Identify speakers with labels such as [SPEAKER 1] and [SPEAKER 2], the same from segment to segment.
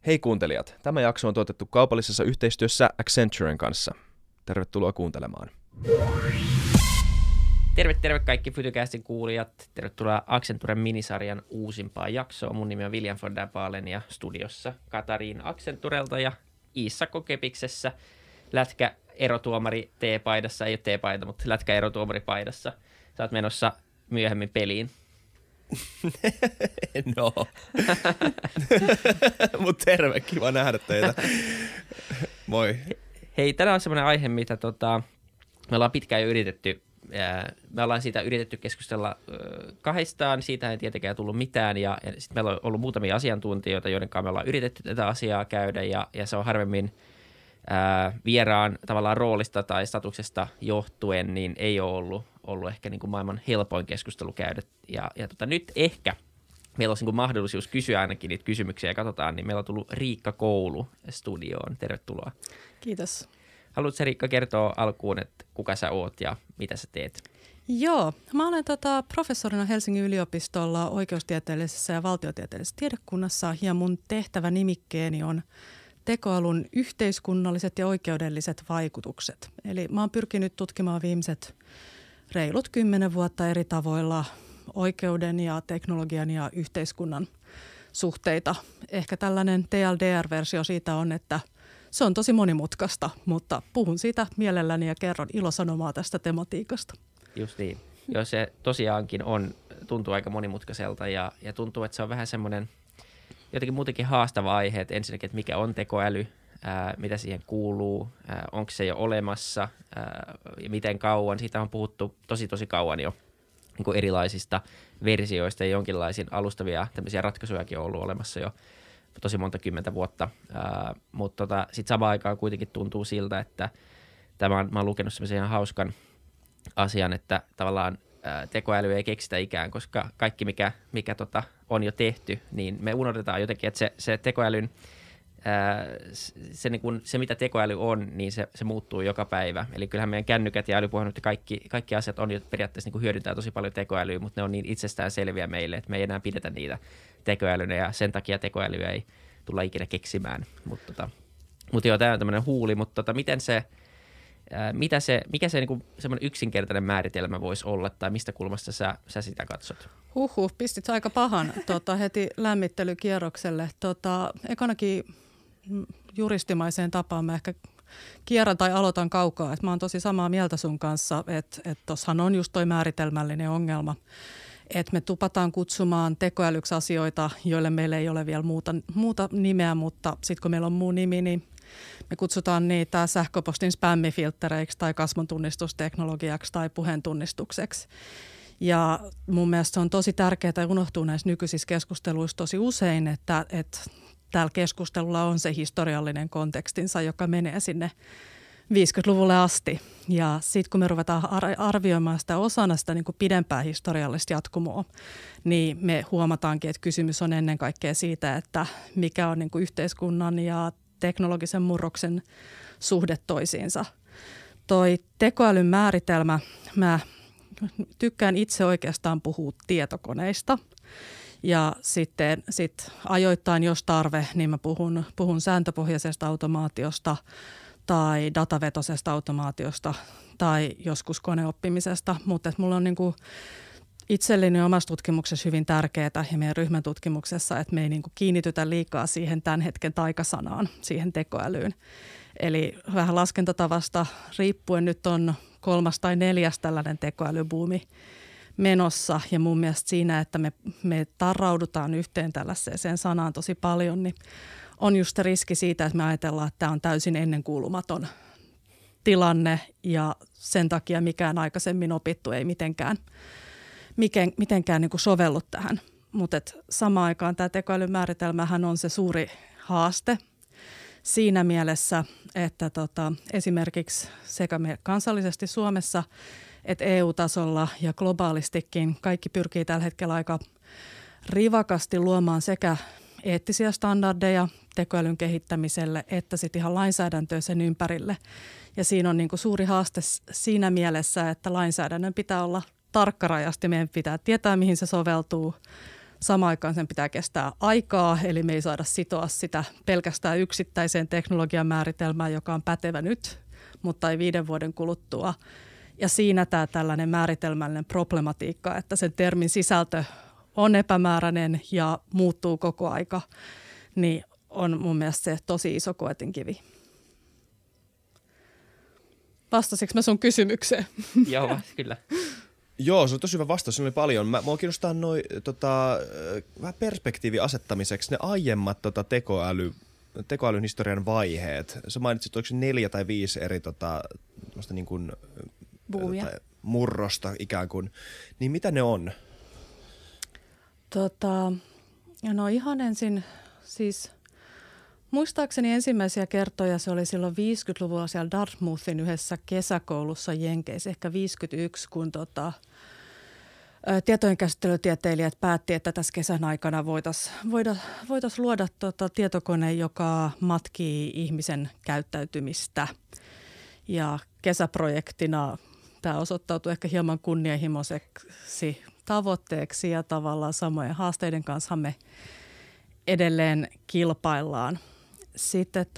[SPEAKER 1] Hei kuuntelijat, tämä jakso on tuotettu kaupallisessa yhteistyössä Accenturen kanssa. Tervetuloa kuuntelemaan.
[SPEAKER 2] Terve kaikki Fytycastin kuulijat. Tervetuloa Accenturen minisarjan uusimpaan jaksoon. Mun nimi on William von der Baalen ja studiossa Katariin Accenturelta ja Iissakko Kepiksessä. Lätkä-erotuomari T-paidassa, ei ole T-paita, mutta lätkä-erotuomaripaidassa. Sä oot menossa myöhemmin peliin.
[SPEAKER 1] No. Mut terve, kiva nähdä teitä. Moi.
[SPEAKER 2] Hei, tänään on semmoinen aihe, mitä me ollaan pitkään jo yritetty. Me ollaan siitä yritetty keskustella kahdestaan, siitä ei tietenkään tullut mitään ja sitten meillä on ollut muutamia asiantuntijoita, joiden kanssa me ollaan yritetty tätä asiaa käydä ja se on harvemmin vieraan tavallaan roolista tai statuksesta johtuen, niin ei ole ollut ehkä niin kuin maailman helpoin keskustelu käydä ja nyt ehkä meillä olisi niin kuin mahdollisuus kysyä ainakin niitä kysymyksiä ja katsotaan, niin meillä on tullut Riikka Koulu studioon. Tervetuloa.
[SPEAKER 3] Kiitos.
[SPEAKER 2] Haluatko Riikka kertoa alkuun, että kuka sä oot ja mitä sä teet?
[SPEAKER 3] Joo, mä olen professorina Helsingin yliopistolla oikeustieteellisessä ja valtiotieteellisessä tiedekunnassa ja mun tehtävä nimikkeeni on tekoälyn yhteiskunnalliset ja oikeudelliset vaikutukset. Eli mä oon pyrkinyt tutkimaan viimeiset reilut 10 vuotta eri tavoilla oikeuden ja teknologian ja yhteiskunnan suhteita. Ehkä tällainen TLDR-versio siitä on, että se on tosi monimutkaista, mutta puhun siitä mielelläni ja kerron ilosanomaa tästä tematiikasta.
[SPEAKER 2] Just niin. Joo, se tosiaankin tuntuu aika monimutkaiselta ja tuntuu, että se on vähän semmoinen jotenkin muutenkin haastava aihe, että ensinnäkin, että mikä on tekoäly, mitä siihen kuuluu, onko se jo olemassa ja miten kauan. Siitä on puhuttu tosi kauan jo niin kuin erilaisista versioista ja jonkinlaisia alustavia tämmöisiä ratkaisujakin on ollut olemassa jo tosi monta kymmentä vuotta, mutta sitten samaan aikaan kuitenkin tuntuu siltä, että mä oon lukenut semmoisen ihan hauskan asian, että tavallaan tekoäly ei keksitä ikään, koska kaikki mikä on jo tehty, niin me unohdetaan jotenkin, että se tekoälyn, se mitä tekoäly on, niin se muuttuu joka päivä. Eli kyllähän meidän kännykät ja älypuhelut ja kaikki asiat on jo periaatteessa niin kuin hyödyntää tosi paljon tekoälyä, mutta ne on niin itsestään selviä meille, että me ei enää pidetä niitä tekoälynä ja sen takia tekoälyä ei tulla ikinä keksimään. Mutta joo, tämä on tämmöinen huuli, mutta mikä se niin semmoinen yksinkertainen määritelmä voisi olla tai mistä kulmasta sä sitä katsot?
[SPEAKER 3] Pistit aika pahan heti lämmittelykierrokselle. Ekanakin juristimaiseen tapaan mä ehkä kierrän tai aloitan kaukaa. Mä oon tosi samaa mieltä sun kanssa, että tossahan on just toi määritelmällinen ongelma. Että me tupataan kutsumaan tekoälyksi asioita, joille meillä ei ole vielä muuta nimeä, mutta sitten kun meillä on muu nimi, niin me kutsutaan niitä sähköpostin spämmifilttereiksi tai kasvontunnistusteknologiaksi tai puheentunnistukseksi. Ja mun mielestä se on tosi tärkeää ja unohtuu näissä nykyisissä keskusteluissa tosi usein, että täällä keskustelulla on se historiallinen kontekstinsa, joka menee sinne 50-luvulle asti. Ja sitten kun me ruvetaan arvioimaan sitä osana sitä niin kuin pidempää historiallista jatkumoa, niin me huomataankin, että kysymys on ennen kaikkea siitä, että mikä on niin kuin yhteiskunnan ja teknologisen murroksen suhde toisiinsa. Toi tekoälyn määritelmä, mä tykkään itse oikeastaan puhua tietokoneista. Ja sitten ajoittain, jos tarve, niin mä puhun sääntöpohjaisesta automaatiosta tai datavetoisesta automaatiosta tai joskus koneoppimisesta. Mutta mulla on niinku itselleni omassa tutkimuksessa hyvin tärkeää ja meidän ryhmän tutkimuksessa, että me ei niinku kiinnitytä liikaa siihen tämän hetken taikasanaan, siihen tekoälyyn. Eli vähän laskentatavasta riippuen nyt on 3. tai 4. tällainen tekoälybuumi menossa. Ja mun mielestä siinä, että me tarraudutaan yhteen tällaiseen sanaan tosi paljon, niin on just riski siitä, että me ajatellaan, että tämä on täysin ennenkuulumaton tilanne ja sen takia mikään aikaisemmin opittu ei mitenkään niin kuin sovellu tähän. Mutta samaan aikaan tämä tekoälyn määritelmähän on se suuri haaste siinä mielessä, että esimerkiksi sekä me kansallisesti Suomessa että EU-tasolla ja globaalistikin kaikki pyrkii tällä hetkellä aika rivakasti luomaan sekä eettisiä standardeja tekoälyn kehittämiselle että sitten ihan lainsäädäntöä sen ympärille. Ja siinä on niin kuin suuri haaste siinä mielessä, että lainsäädännön pitää olla tarkkarajasti. Meidän pitää tietää, mihin se soveltuu. Samaan aikaan sen pitää kestää aikaa, eli me ei saada sitoa sitä pelkästään yksittäiseen teknologian määritelmään, joka on pätevä nyt, mutta ei 5 vuoden kuluttua. Ja siinä tämä tällainen määritelmällinen problematiikka, että sen termin sisältö on epämääräinen ja muuttuu koko aika, niin on mun mielestä se tosi iso koetinkivi. Vastasinko mä sun kysymykseen?
[SPEAKER 2] Joo, kyllä.
[SPEAKER 1] Joo, se on tosi hyvä vastaus. Siinä oli paljon. Mua kiinnostaa vähän perspektiivin asettamiseksi ne aiemmat tekoälyn historian vaiheet. Sä mainitsit, oliko 4 tai 5 eri niin kuin, murrosta ikään kuin. Niin mitä ne on?
[SPEAKER 3] No ihan ensin siis muistaakseni ensimmäisiä kertoja se oli silloin 50-luvulla siellä Dartmouthin yhdessä kesäkoulussa Jenkeissä, ehkä 51, kun tietojenkäsittelytieteilijät päätti, että tässä kesän aikana voitaisiin luoda tietokone, joka matkii ihmisen käyttäytymistä. Ja kesäprojektina tämä osoittautui ehkä hieman kunnianhimoiseksi tavoitteeksi ja tavallaan samojen haasteiden kanssa me edelleen kilpaillaan. Sitten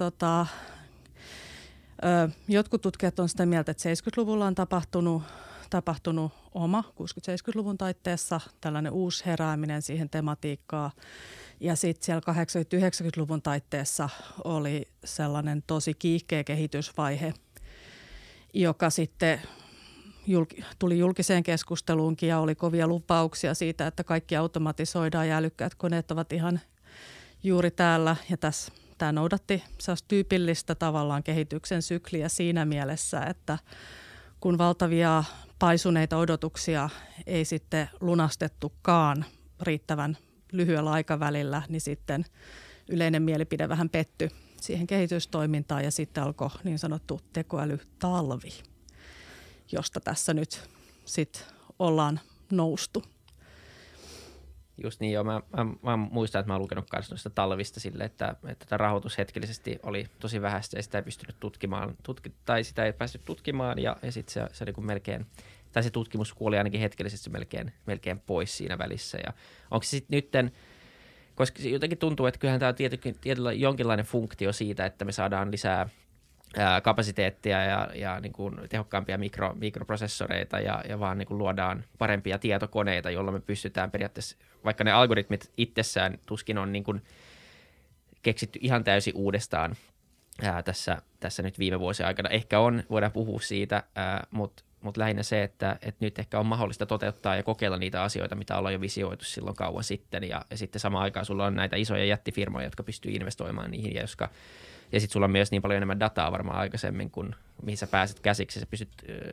[SPEAKER 3] jotkut tutkijat on sitä mieltä, että 70-luvulla on tapahtunut oma 60-70-luvun taitteessa tällainen uusi herääminen siihen tematiikkaan. Ja sitten siellä 80-90-luvun taitteessa oli sellainen tosi kiihkeä kehitysvaihe, joka sitten tuli julkiseen keskusteluunkin ja oli kovia lupauksia siitä, että kaikki automatisoidaan ja älykkäät koneet ovat ihan juuri täällä. Ja tämä noudatti tyypillistä tavallaan kehityksen sykliä siinä mielessä, että kun valtavia paisuneita odotuksia ei sitten lunastettukaan riittävän lyhyellä aikavälillä, niin sitten yleinen mielipide vähän pettyi siihen kehitystoimintaan ja sitten alkoi niin sanottu tekoälytalvi, josta tässä nyt sitten ollaan noustu.
[SPEAKER 2] Just niin, joo. Mä muistan, että mä oon lukenut myös noista talvista sille, että rahoitus hetkellisesti oli tosi vähäistä ja sitä ei pystynyt tutkimaan, tai sitä ei päästy tutkimaan ja sitten se oli kuin melkein, tai se tutkimus kuoli ainakin hetkellisesti melkein pois siinä välissä. Ja onko se sitten nytten, koska jotenkin tuntuu, että kyllähän tämä on tietyllä jonkinlainen funktio siitä, että me saadaan lisää kapasiteettia ja niin kuin tehokkaampia mikroprosessoreita ja vaan niin kuin luodaan parempia tietokoneita, joilla me pystytään periaatteessa, vaikka ne algoritmit itsessään tuskin on niin kuin keksitty ihan täysin uudestaan tässä nyt viime vuosien aikana. Ehkä voidaan puhua siitä, mutta lähinnä se, että nyt ehkä on mahdollista toteuttaa ja kokeilla niitä asioita, mitä ollaan jo visioitu silloin kauan sitten ja sitten samaan aikaan sulla on näitä isoja jättifirmoja, jotka pystyy investoimaan niihin ja sitten sulla on myös niin paljon enemmän dataa varmaan aikaisemmin, kuin mihin sä pääset käsiksi. Sä pystyt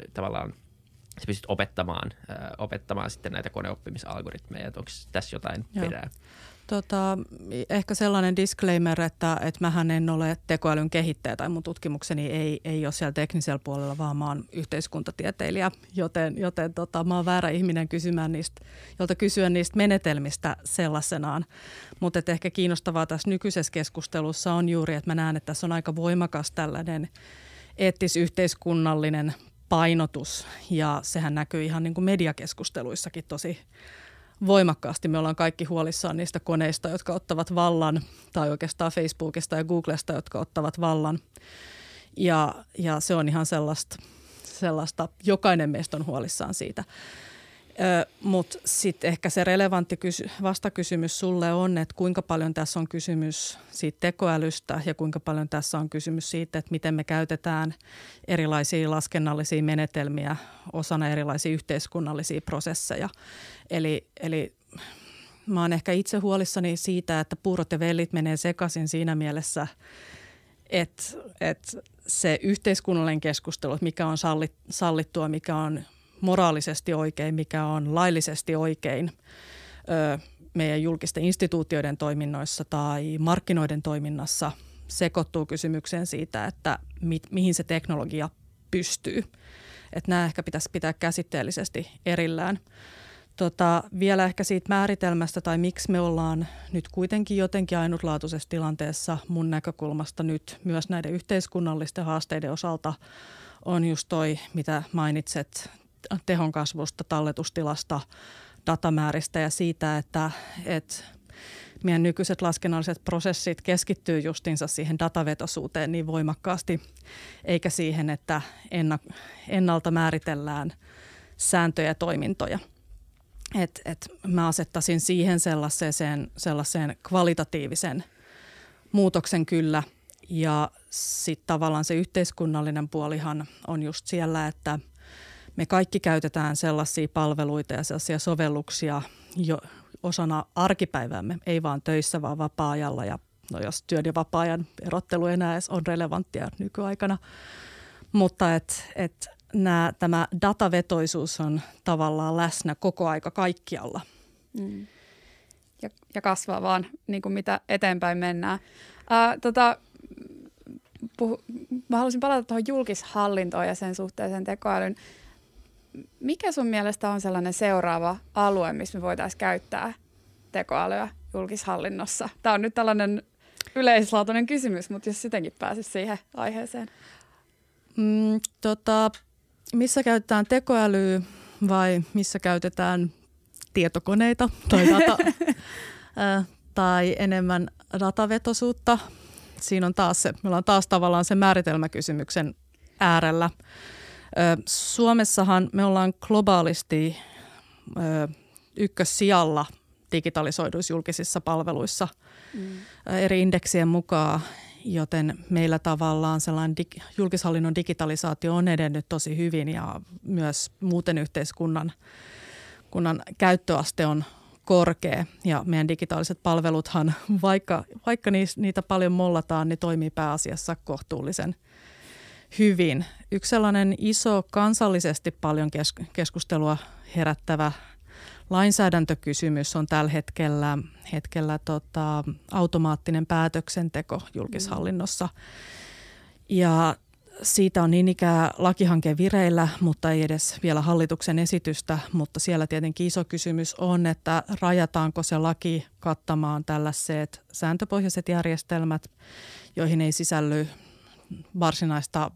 [SPEAKER 2] opettamaan sitten näitä koneoppimisalgoritmeja. Onko tässä jotain perää?
[SPEAKER 3] Ehkä sellainen disclaimer, että mähän en ole tekoälyn kehittäjä tai mun tutkimukseni ei ole siellä teknisellä puolella, vaan mä oon yhteiskuntatieteilijä, joten mä oon väärä ihminen jolta kysyä niistä menetelmistä sellaisenaan. Mutta ehkä kiinnostavaa tässä nykyisessä keskustelussa on juuri, että mä näen, että tässä on aika voimakas tällainen eettis-yhteiskunnallinen painotus ja sehän näkyy ihan niin kuin mediakeskusteluissakin tosi voimakkaasti. Me ollaan kaikki huolissaan niistä koneista, jotka ottavat vallan, tai oikeastaan Facebookista ja Googlesta, jotka ottavat vallan. Ja se on ihan sellaista, jokainen meistä on huolissaan siitä. Mutta sitten ehkä se relevantti vastakysymys sulle on, että kuinka paljon tässä on kysymys siitä tekoälystä ja kuinka paljon tässä on kysymys siitä, että miten me käytetään erilaisia laskennallisia menetelmiä osana erilaisia yhteiskunnallisia prosesseja. Eli mä oon ehkä itse huolissani siitä, että puurot ja vellit menee sekaisin siinä mielessä, että se yhteiskunnallinen keskustelu, että mikä on sallittua, mikä on moraalisesti oikein, mikä on laillisesti oikein meidän julkisten instituutioiden toiminnoissa tai markkinoiden toiminnassa sekoittuu kysymykseen siitä, että mihin se teknologia pystyy. Että nämä ehkä pitäisi pitää käsitteellisesti erillään. Vielä ehkä siitä määritelmästä tai miksi me ollaan nyt kuitenkin jotenkin ainutlaatuisessa tilanteessa mun näkökulmasta nyt myös näiden yhteiskunnallisten haasteiden osalta on just toi, mitä mainitset tehon kasvusta, talletustilasta, datamääristä ja siitä, että meidän nykyiset laskennalliset prosessit keskittyy justiinsa siihen datavetoisuuteen niin voimakkaasti, eikä siihen, että ennalta määritellään sääntöjä ja toimintoja. Mä asettaisin siihen sellaiseen kvalitatiivisen muutoksen kyllä. Ja sitten tavallaan se yhteiskunnallinen puolihan on just siellä, että me kaikki käytetään sellaisia palveluita ja sellaisia sovelluksia jo osana arkipäiväämme, ei vaan töissä, vaan vapaa-ajalla. Ja no jos työn ja vapaa-ajan erottelu enää edes on relevanttia nykyaikana. Mutta tämä datavetoisuus on tavallaan läsnä koko aika kaikkialla.
[SPEAKER 4] Ja kasvaa vaan niin kuin mitä eteenpäin mennään. Mä haluaisin palata tuohon julkishallintoon ja sen suhteeseen tekoälyn. Mikä sun mielestä on sellainen seuraava alue, missä me voitaisiin käyttää tekoälyä julkishallinnossa? Tämä on nyt tällainen yleislaatuinen kysymys, mutta jos sittenkin pääsisi siihen aiheeseen.
[SPEAKER 3] Missä käytetään tekoälyä vai missä käytetään tietokoneita tai tai enemmän datavetoisuutta? Siinä on me ollaan taas tavallaan sen määritelmäkysymyksen äärellä. Suomessahan me ollaan globaalisti ykkössijalla digitalisoiduissa julkisissa palveluissa eri indeksien mukaan, joten meillä tavallaan sellainen julkishallinnon digitalisaatio on edennyt tosi hyvin ja myös muuten yhteiskunnan käyttöaste on korkea ja meidän digitaaliset palveluthan, vaikka niitä paljon mollataan, niin toimii pääasiassa kohtuullisen hyvin. Yksi sellainen iso kansallisesti paljon keskustelua herättävä lainsäädäntökysymys on tällä hetkellä automaattinen päätöksenteko julkishallinnossa. Ja siitä on niin ikään lakihanke vireillä, mutta ei edes vielä hallituksen esitystä, mutta siellä tietenkin iso kysymys on, että rajataanko se laki kattamaan tällaiset sääntöpohjaiset järjestelmät, joihin ei sisälly varsinaista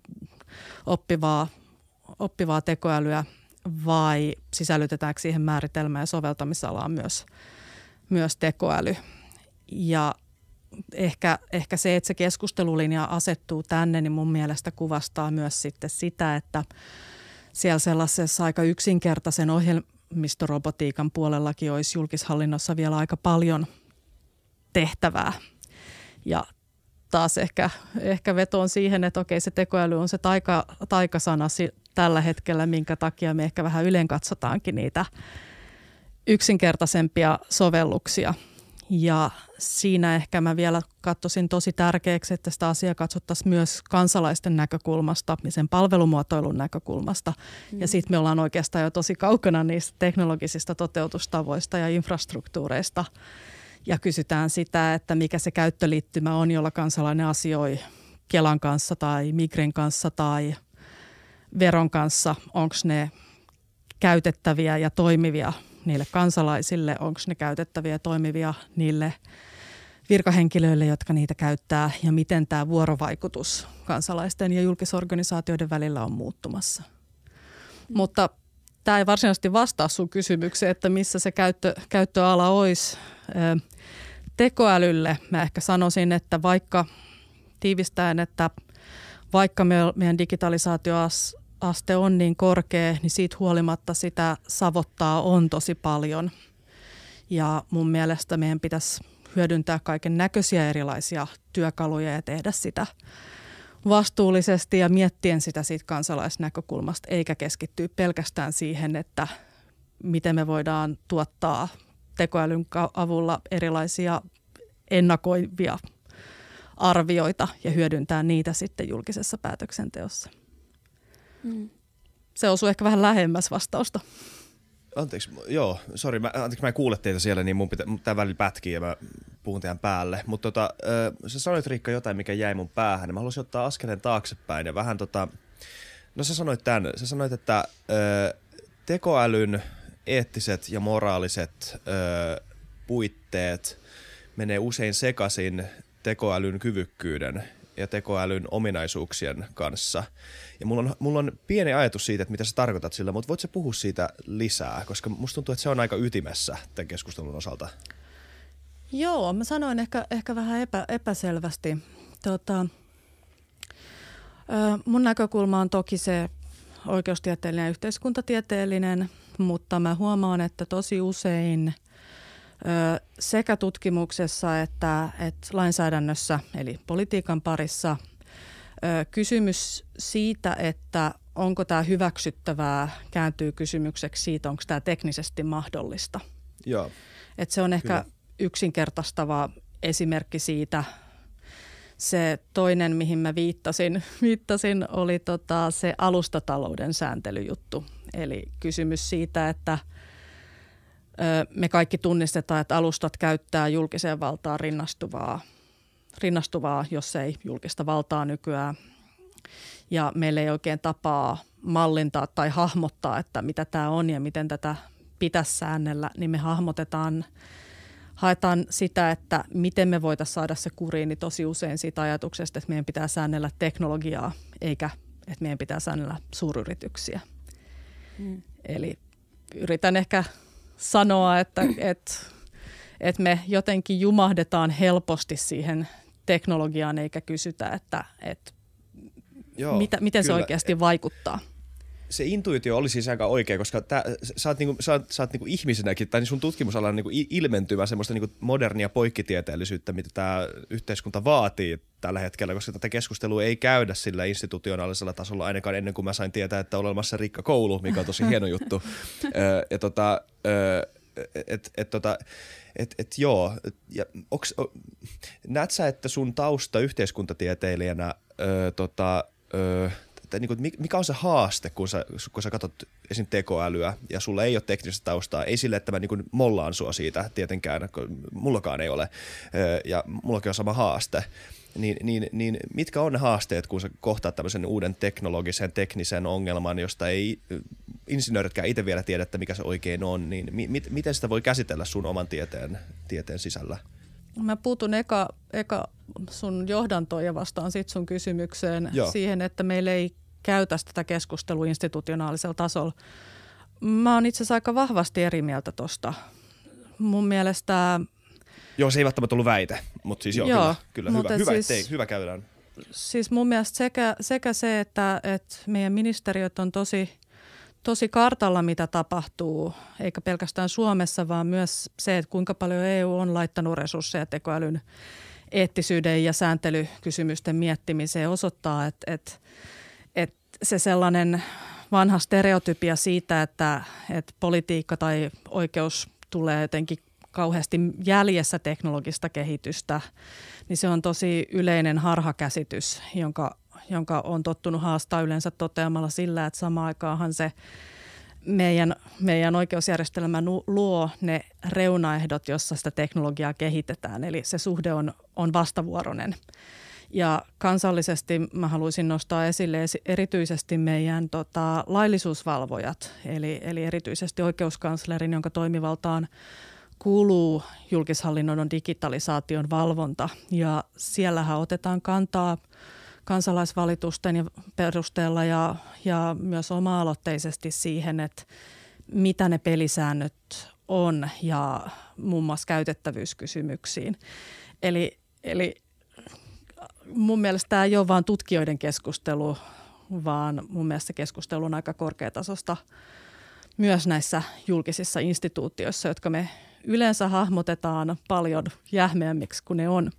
[SPEAKER 3] oppivaa tekoälyä, vai sisällytetäänkö siihen määritelmään ja soveltamisalaan myös tekoäly. Ja ehkä se, että se keskustelulinja asettuu tänne, niin mun mielestä kuvastaa myös sitten sitä, että siellä sellaisessa aika yksinkertaisen ohjelmistorobotiikan puolellakin olisi julkishallinnossa vielä aika paljon tehtävää. Ja taas ehkä vetoon siihen, että okei, se tekoäly on se taikasana tällä hetkellä, minkä takia me ehkä vähän yleen katsotaankin niitä yksinkertaisempia sovelluksia. Ja siinä ehkä mä vielä katsoisin tosi tärkeäksi, että sitä asiaa katsottaisiin myös kansalaisten näkökulmasta ja sen palvelumuotoilun näkökulmasta. Ja sitten me ollaan oikeastaan jo tosi kaukana niistä teknologisista toteutustavoista ja infrastruktuureista. Ja kysytään sitä, että mikä se käyttöliittymä on, jolla kansalainen asioi Kelan kanssa tai Migrin kanssa tai Veron kanssa. Onko ne käytettäviä ja toimivia niille kansalaisille, onko ne käytettäviä ja toimivia niille virkahenkilöille, jotka niitä käyttää, ja miten tämä vuorovaikutus kansalaisten ja julkisorganisaatioiden välillä on muuttumassa. Mutta tämä ei varsinaisesti vastaa sun kysymykseen, että missä se käyttöala olisi tekoälylle. Mä ehkä sanoisin, että vaikka tiivistäen, että vaikka meidän digitalisaatioaste on niin korkea, niin siitä huolimatta sitä savottaa on tosi paljon. Ja mun mielestä meidän pitäisi hyödyntää kaiken näköisiä erilaisia työkaluja ja tehdä sitä vastuullisesti ja miettien sitä siitä kansalaisnäkökulmasta, eikä keskittyä pelkästään siihen, että miten me voidaan tuottaa tekoälyn avulla erilaisia ennakoivia arvioita ja hyödyntää niitä sitten julkisessa päätöksenteossa. Se osuu ehkä vähän lähemmäs vastausta.
[SPEAKER 1] Anteeksi, joo, sori, mä en kuule teitä siellä, niin mun pitää välillä pätkiä ja mä puhun teidän päälle. Mutta sä sanoit, Riikka, jotain, mikä jäi mun päähän. Mä haluaisin ottaa askeleen taaksepäin ja vähän no sä sanoit, että tekoälyn eettiset ja moraaliset puitteet menee usein sekaisin tekoälyn kyvykkyyden ja tekoälyn ominaisuuksien kanssa. Ja mulla on pieni ajatus siitä, että mitä sä tarkoitat sillä, mutta voit sä puhua siitä lisää, koska musta tuntuu, että se on aika ytimessä tämän keskustelun osalta.
[SPEAKER 3] Joo, mä sanoin ehkä vähän epäselvästi. Mun näkökulma on toki se oikeustieteellinen ja yhteiskuntatieteellinen, mutta mä huomaan, että tosi usein sekä tutkimuksessa että lainsäädännössä, eli politiikan parissa, kysymys siitä, että onko tämä hyväksyttävää, kääntyy kysymykseksi siitä, onko tämä teknisesti mahdollista.
[SPEAKER 1] Joo.
[SPEAKER 3] Et se on ehkä
[SPEAKER 1] Kyllä.
[SPEAKER 3] yksinkertaistava esimerkki siitä. Se toinen, mihin mä viittasin oli se alustatalouden sääntelyjuttu. Eli kysymys siitä, että me kaikki tunnistetaan, että alustat käyttää julkiseen valtaan rinnastuvaa, jos ei julkista valtaa nykyään. Ja meillä ei oikein tapaa mallintaa tai hahmottaa, että mitä tämä on ja miten tätä pitäisi säännellä, niin me haetaan sitä, että miten me voitaisiin saada se kuriin, niin tosi usein siitä ajatuksesta, että meidän pitää säännellä teknologiaa, eikä että meidän pitää säännellä suuryrityksiä. Eli yritän ehkä sanoa, että me jotenkin jumahdetaan helposti siihen teknologiaan, eikä kysytä, että
[SPEAKER 1] Joo,
[SPEAKER 3] miten se
[SPEAKER 1] kyllä.
[SPEAKER 3] oikeasti vaikuttaa.
[SPEAKER 1] Se intuitio oli siis aika oikea, koska sä oot niinku ihmisenäkin, tai sun tutkimusalan niinku ilmentymä semmoista niinku modernia poikkitieteellisyyttä, mitä tämä yhteiskunta vaatii tällä hetkellä, koska tätä keskustelua ei käydä sillä institutionaalisella tasolla ainakaan ennen kuin mä sain tietää, että on olemassa Rikka Koulu, mikä on tosi hieno juttu. Joo, ja näet sä, että sun tausta yhteiskuntatieteilijänä mikä on se haaste, kun sä katsot esim. Tekoälyä ja sulla ei ole teknistä taustaa, ei sille, että mä niin mollaan sua siitä tietenkään, mullakaan ei ole ja mullakin on sama haaste, niin mitkä on ne haasteet, kun sä kohtaat tämmöisen uuden teknologisen, teknisen ongelman, josta ei insinööritkään itse vielä tiedä, että mikä se oikein on, niin miten sitä voi käsitellä sun oman tieteen sisällä?
[SPEAKER 3] Mä puutun eka sun johdantoon ja vastaan sit sun kysymykseen siihen, että meillä ei käytä tätä keskustelua institutionaalisella tasolla. Mä oon itse asiassa aika vahvasti eri mieltä tosta. Mun mielestä...
[SPEAKER 1] Joo, se ei välttämättä ollut väite, mutta siis kyllä hyvä käydään.
[SPEAKER 3] Siis mun mielestä sekä se, että meidän ministeriöt on tosi kartalla, mitä tapahtuu, eikä pelkästään Suomessa, vaan myös se, että kuinka paljon EU on laittanut resursseja tekoälyn eettisyyden ja sääntelykysymysten miettimiseen, osoittaa, että se sellainen vanha stereotypia siitä, että politiikka tai oikeus tulee jotenkin kauheasti jäljessä teknologista kehitystä, niin se on tosi yleinen harhakäsitys, jonka on tottunut haastaa yleensä toteamalla sillä, että samaan aikaanhan se meidän oikeusjärjestelmä luo ne reunaehdot, jossa sitä teknologiaa kehitetään. Eli se suhde on vastavuoroinen. Ja kansallisesti mä haluaisin nostaa esille erityisesti meidän laillisuusvalvojat, eli erityisesti oikeuskanslerin, jonka toimivaltaan kuuluu julkishallinnon digitalisaation valvonta. Ja siellähän otetaan kantaa kansalaisvalitusten perusteella ja myös oma-aloitteisesti siihen, että mitä ne pelisäännöt on ja muun muassa käytettävyyskysymyksiin. Eli mun mielestä tämä ei ole vain tutkijoiden keskustelu, vaan mun mielestä se keskustelu on aika korkeatasosta myös näissä julkisissa instituutioissa, jotka me yleensä hahmotetaan paljon jähmeämmiksi kuin ne on.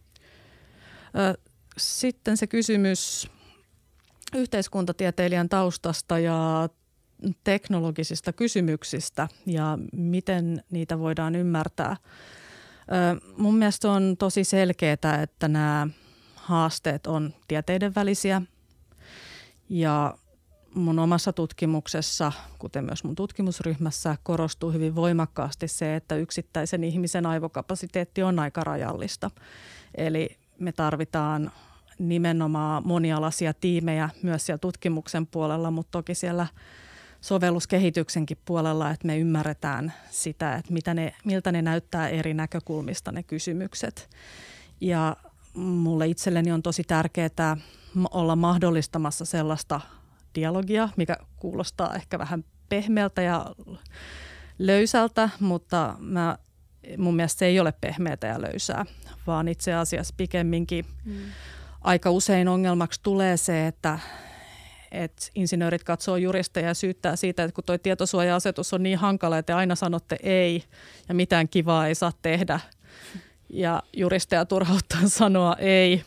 [SPEAKER 3] Sitten se kysymys yhteiskuntatieteilijän taustasta ja teknologisista kysymyksistä ja miten niitä voidaan ymmärtää. Mun mielestä on tosi selkeää, että nämä haasteet on tieteiden välisiä ja mun omassa tutkimuksessa, kuten myös mun tutkimusryhmässä, korostuu hyvin voimakkaasti se, että yksittäisen ihmisen aivokapasiteetti on aika rajallista. Eli me tarvitaan nimenomaan monialaisia tiimejä myös siellä tutkimuksen puolella, mutta toki siellä sovelluskehityksenkin puolella, että me ymmärretään sitä, että miltä ne näyttää eri näkökulmista ne kysymykset. Ja mulle itselleni on tosi tärkeää olla mahdollistamassa sellaista dialogia, mikä kuulostaa ehkä vähän pehmeältä ja löysältä, mutta mun mielestä se ei ole pehmeätä ja löysää, vaan itse asiassa pikemminkin aika usein ongelmaksi tulee se, että insinöörit katsoo juristeja ja syyttää siitä, että kun tuo tietosuoja-asetus on niin hankala, että te aina sanotte ei ja mitään kivaa ei saa tehdä. Ja juristeja turhauttaa sanoa ei.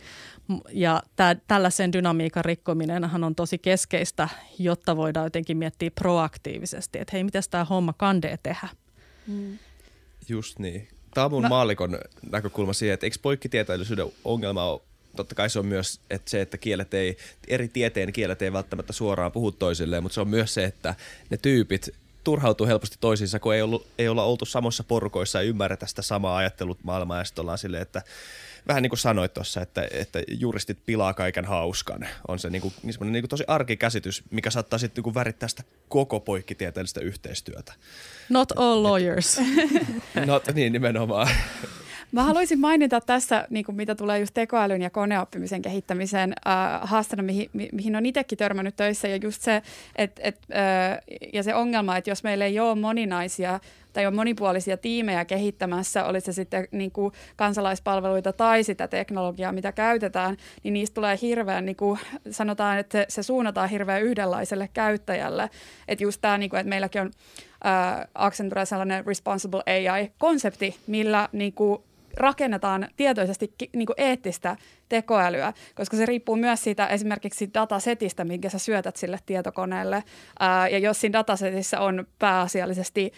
[SPEAKER 3] Ja tällaisen dynamiikan rikkominenhan on tosi keskeistä, jotta voidaan jotenkin miettiä proaktiivisesti, että hei, mitäs tämä homma kandee tehdä.
[SPEAKER 1] Just niin. Tämä on mun maallikon näkökulma siihen, että eikö poikkitieteellisyyden ongelma ole, totta kai se on myös että se, että eri tieteen kielet ei välttämättä suoraan puhu toisilleen, mutta se on myös se, että ne tyypit turhautuu helposti toisiinsa, kun ei olla oltu samoissa porukoissa ja ymmärretä sitä samaa ajattelumaailmaa ja sitten ollaan silleen, että vähän niin kuin sanoit tuossa, että juristit pilaa kaiken hauskan. On se niin kuin tosi arkikäsitys, mikä saattaa sitten niin värittää sitä koko poikkitieteellistä yhteistyötä.
[SPEAKER 3] Not all lawyers.
[SPEAKER 1] Niin nimenomaan.
[SPEAKER 4] Mä haluaisin mainita tässä, niin kuin mitä tulee just tekoälyn ja koneoppimisen kehittämiseen haastana, mihin on itsekin törmännyt töissä. Ja just se, ja se ongelma, että jos meillä ei ole moninaisia tai on monipuolisia tiimejä kehittämässä, oli se sitten niin kuin kansalaispalveluita tai sitä teknologiaa, mitä käytetään, niin niistä tulee hirveän, niin kuin sanotaan, että se suunnataan hirveän yhdenlaiselle käyttäjälle. Että just tämä, niin kuin, että meilläkin on Accenture sellainen responsible AI-konsepti, millä niin kuin rakennetaan tietoisesti niin kuin eettistä tekoälyä, koska se riippuu myös siitä esimerkiksi datasetistä, minkä sä syötät sille tietokoneelle. Ja jos siinä datasetissä on pääasiallisesti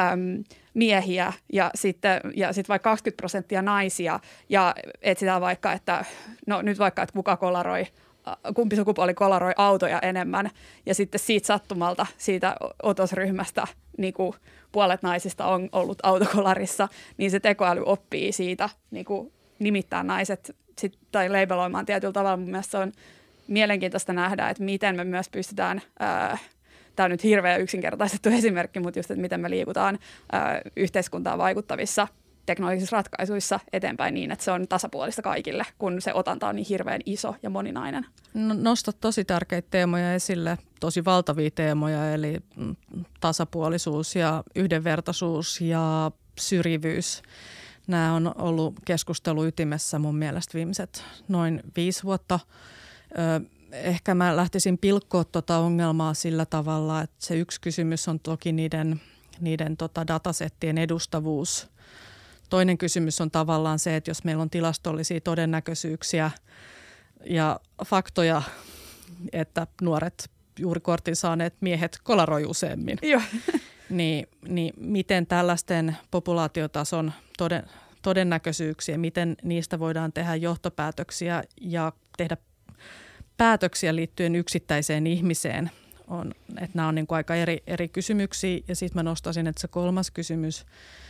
[SPEAKER 4] miehiä ja sitten vaikka 20% naisia ja etsitään vaikka, että no nyt vaikka, että kumpi sukupuoli kolaroi autoja enemmän ja sitten siitä sattumalta siitä otosryhmästä niin kuin puolet naisista on ollut autokolarissa, niin se tekoäly oppii siitä niin kuin nimittää naiset tai labeloimaan tietyllä tavalla. Mun mielestä se on mielenkiintoista nähdä, että miten me myös pystytään, tämä on nyt hirveän yksinkertaistettu esimerkki, mutta just, että miten me liikutaan yhteiskuntaan vaikuttavissa teknologisissa ratkaisuissa eteenpäin niin, että se on tasapuolista kaikille, kun se otanta on niin hirveän iso ja moninainen.
[SPEAKER 3] Nostat tosi tärkeitä teemoja esille, tosi valtavia teemoja, eli tasapuolisuus ja yhdenvertaisuus ja syrjivyys. Nämä on ollut keskustelu ytimessä mun mielestä viimeiset noin 5 vuotta. Ehkä mä lähtisin pilkkoa tuota ongelmaa sillä tavalla, että se yksi kysymys on toki niiden datasettien edustavuus. Toinen kysymys on tavallaan se, että jos meillä on tilastollisia todennäköisyyksiä ja faktoja, että nuoret juuri kortin saaneet miehet kolaroi useammin, niin miten tällaisten populaatiotason todennäköisyyksiä, miten niistä voidaan tehdä johtopäätöksiä ja tehdä päätöksiä liittyen yksittäiseen ihmiseen, että nämä on niin kuin aika eri kysymyksiä. Ja sitten mä nostaisin, että se kolmas kysymys,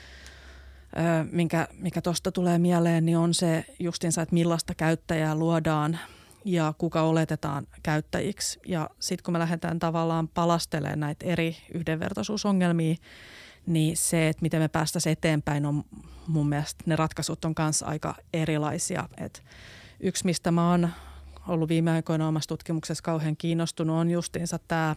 [SPEAKER 3] mikä tuosta tulee mieleen, niin on se justiinsa, että millaista käyttäjää luodaan ja kuka oletetaan käyttäjiksi. Ja sitten kun me lähdetään tavallaan palastelemaan näitä eri yhdenvertaisuusongelmia, niin se, että miten me päästäisiin eteenpäin, on mun mielestä ne ratkaisut on kanssa aika erilaisia. Et yksi, mistä mä oon ollut viime aikoina omassa tutkimuksessa kauhean kiinnostunut, on justiinsa tämä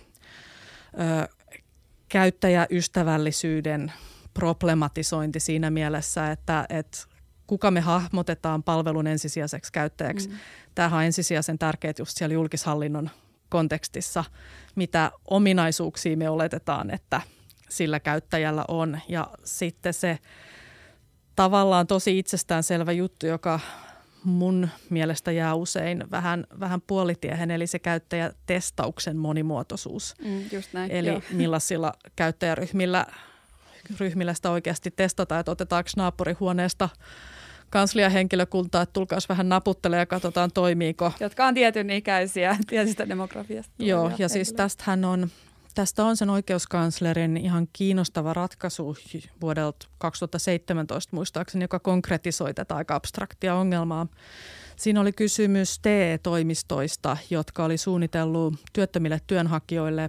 [SPEAKER 3] käyttäjäystävällisyyden problematisointi siinä mielessä, että kuka me hahmotetaan palvelun ensisijaiseksi käyttäjäksi. Tämähän on ensisijaisen tärkeää just siellä julkishallinnon kontekstissa, mitä ominaisuuksia me oletetaan, että sillä käyttäjällä on. Ja sitten se tavallaan tosi itsestäänselvä juttu, joka mun mielestä jää usein vähän puolitiehen, eli se käyttäjätestauksen monimuotoisuus.
[SPEAKER 4] Just näin,
[SPEAKER 3] eli millaisilla käyttäjäryhmillä sitä oikeasti testataan, että otetaanko naapurihuoneesta kansliahenkilökuntaa, että tulkaas vähän naputtelemaan ja katsotaan toimiiko.
[SPEAKER 4] Jotka on tietyn ikäisiä tietystä demografiasta.
[SPEAKER 3] Joo, ja siis tästä on sen oikeuskanslerin ihan kiinnostava ratkaisu vuodelta 2017 muistaakseni, joka konkretisoi tätä aika abstraktia ongelmaa. Siinä oli kysymys TE-toimistoista, jotka oli suunnitellut työttömille työnhakijoille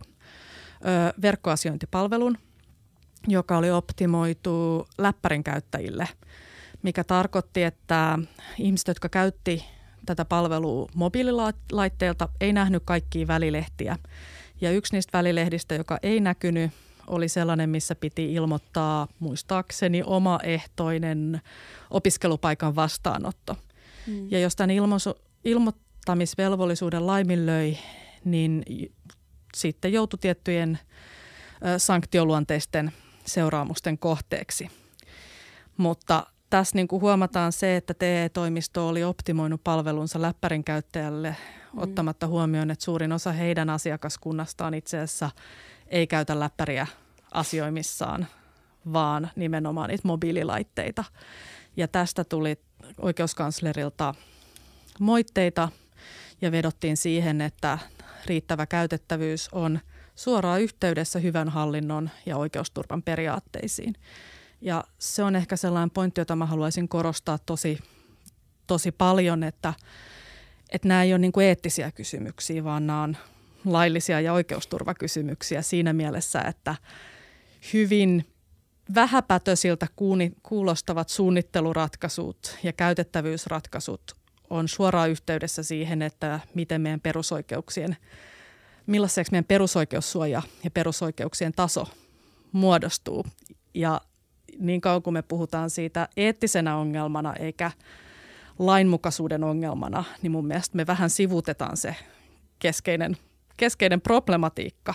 [SPEAKER 3] verkkoasiointipalvelun, joka oli optimoitu läppärin käyttäjille. mikä tarkoitti, että ihmiset, jotka käytti tätä palvelua mobiililaitteelta, ei nähnyt kaikkia välilehtiä. Ja yksi niistä välilehdistä, joka ei näkynyt, oli sellainen, missä piti ilmoittaa muistaakseni omaehtoinen opiskelupaikan vastaanotto. Ja jos tämän ilmoittamisvelvollisuuden laiminlöi, niin sitten joutui tiettyjen sanktioluonteisten seuraamusten kohteeksi. Mutta tässä niin kuin huomataan se, että TE-toimisto oli optimoinut palvelunsa läppärin käyttäjälle ottamatta huomioon, että suurin osa heidän asiakaskunnastaan itse asiassa ei käytä läppäriä asioimissaan, vaan nimenomaan niitä mobiililaitteita. Ja tästä tuli oikeuskanslerilta moitteita ja vedottiin siihen, että riittävä käytettävyys on suoraan yhteydessä hyvän hallinnon ja oikeusturvan periaatteisiin. Ja se on ehkä sellainen pointti, jota mä haluaisin korostaa tosi paljon, että nämä ei ole niin kuin eettisiä kysymyksiä, vaan nämä on laillisia ja oikeusturvakysymyksiä siinä mielessä, että hyvin vähäpätöisiltä kuulostavat suunnitteluratkaisut ja käytettävyysratkaisut on suoraan yhteydessä siihen, että miten meidän millaiseksi meidän perusoikeussuoja ja perusoikeuksien taso muodostuu. Ja niin kauan kuin me puhutaan siitä eettisenä ongelmana eikä lainmukaisuuden ongelmana, niin mun mielestä me vähän sivutetaan se keskeinen problematiikka.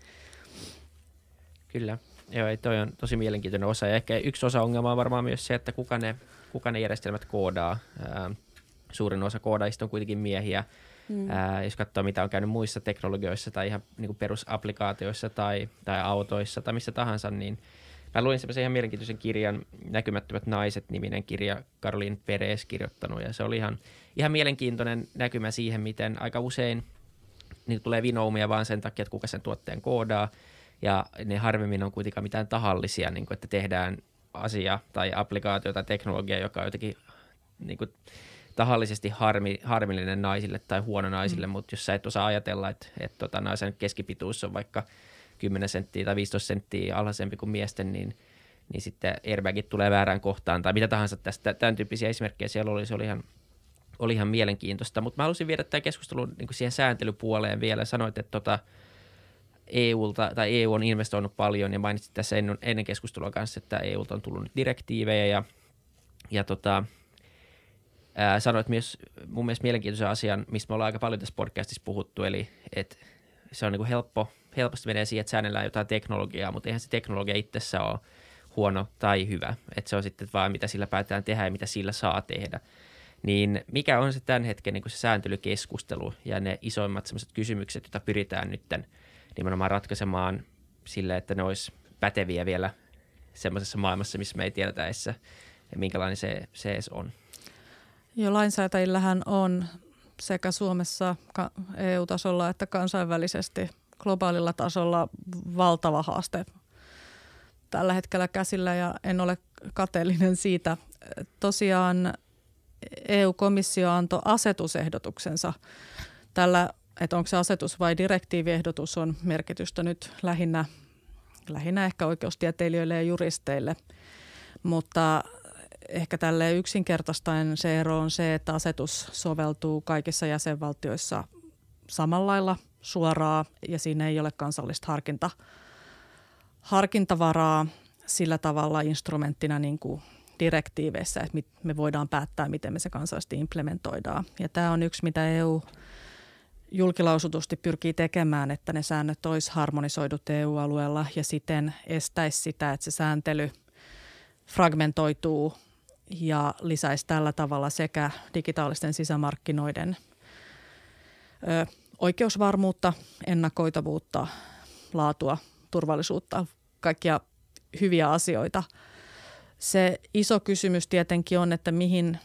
[SPEAKER 2] Kyllä. Joo, toi on tosi mielenkiintoinen osa. Ja ehkä yksi osa ongelmaa on varmaan myös se, että kuka ne järjestelmät koodaa. Suurin osa koodaajista on kuitenkin miehiä. Jos katsoo, mitä on käynyt muissa teknologioissa tai ihan niin kuin perusapplikaatioissa tai autoissa tai missä tahansa, niin mä luin semmoisen ihan mielenkiintoisen kirjan, Näkymättömät naiset-niminen kirja, Caroline Perez kirjoittanut, ja se oli ihan mielenkiintoinen näkymä siihen, miten aika usein niin tulee vinoumia vaan sen takia, että kuka sen tuotteen koodaa, ja ne harvemmin on kuitenkaan mitään tahallisia, niin kuin, että tehdään asia tai applikaatio tai teknologia, joka on jotenkin niin kuin tahallisesti harmillinen naisille tai huono naisille, mutta jos sä et osaa ajatella, että naisen keskipituus on vaikka 10 senttiä tai 15 senttiä alhaisempi kuin miesten, niin sitten airbagit tulee väärään kohtaan tai mitä tahansa tästä. Tämän tyyppisiä esimerkkejä siellä oli, se oli ihan mielenkiintoista. Mutta mä halusin viedä tämän keskustelun niin kuin siihen sääntelypuoleen vielä. Sanoit, että EU on investoinut paljon ja mainitsit tässä ennen keskustelua kanssa, että EUlta on tullut nyt direktiivejä ja sanoit myös mun mielestä mielenkiintoisen asian, mistä me ollaan aika paljon tässä podcastissa puhuttu, eli että se on niin kuin helposti menee siihen, että säännellään jotain teknologiaa, mutta eihän se teknologia itsessä ole huono tai hyvä. Että se on sitten vaan, mitä sillä päätetään tehdä ja mitä sillä saa tehdä. Niin mikä on se tämän hetken niin kuin se sääntelykeskustelu ja ne isoimmat sellaiset kysymykset, joita pyritään nyt nimenomaan ratkaisemaan sillä, että ne olisi päteviä vielä semmoisessa maailmassa, missä me ei tiedetä edes, minkälainen se edes on.
[SPEAKER 3] Jo lainsäätäjillähän on sekä Suomessa EU-tasolla että kansainvälisesti globaalilla tasolla valtava haaste tällä hetkellä käsillä ja en ole kateellinen siitä. Tosiaan EU-komissio antoi asetusehdotuksensa tällä, että onko se asetus vai direktiiviehdotus on merkitystä nyt lähinnä ehkä oikeustieteilijöille ja juristeille, mutta ehkä tälleen yksinkertaistaen se ero on se, että asetus soveltuu kaikissa jäsenvaltioissa samalla lailla suoraan ja siinä ei ole kansallista harkintavaraa sillä tavalla instrumenttina niin kuin direktiiveissä, että me voidaan päättää, miten me se kansallisesti implementoidaan. Ja tämä on yksi, mitä EU julkilausutusti pyrkii tekemään, että ne säännöt olisi harmonisoidut EU-alueella ja siten estäisi sitä, että se sääntely fragmentoituu ja lisäisi tällä tavalla sekä digitaalisten sisämarkkinoiden oikeusvarmuutta, ennakoitavuutta, laatua, turvallisuutta, kaikkia hyviä asioita. Se iso kysymys tietenkin on, että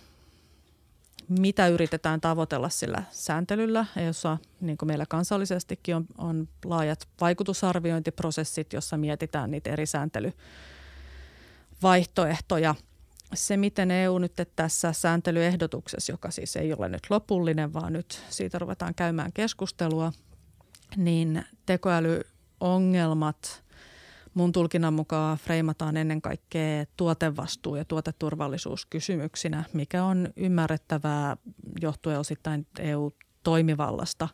[SPEAKER 3] mitä yritetään tavoitella sillä sääntelyllä, jossa niin kuin meillä kansallisestikin on laajat vaikutusarviointiprosessit, jossa mietitään niitä eri sääntelyvaihtoehtoja. Se, miten EU nyt tässä sääntelyehdotuksessa, joka siis ei ole nyt lopullinen, vaan nyt siitä ruvetaan käymään keskustelua, niin tekoälyongelmat mun tulkinnan mukaan freimataan ennen kaikkea tuotevastuu- ja tuoteturvallisuuskysymyksinä, mikä on ymmärrettävää johtuen osittain EU-toimivallasta.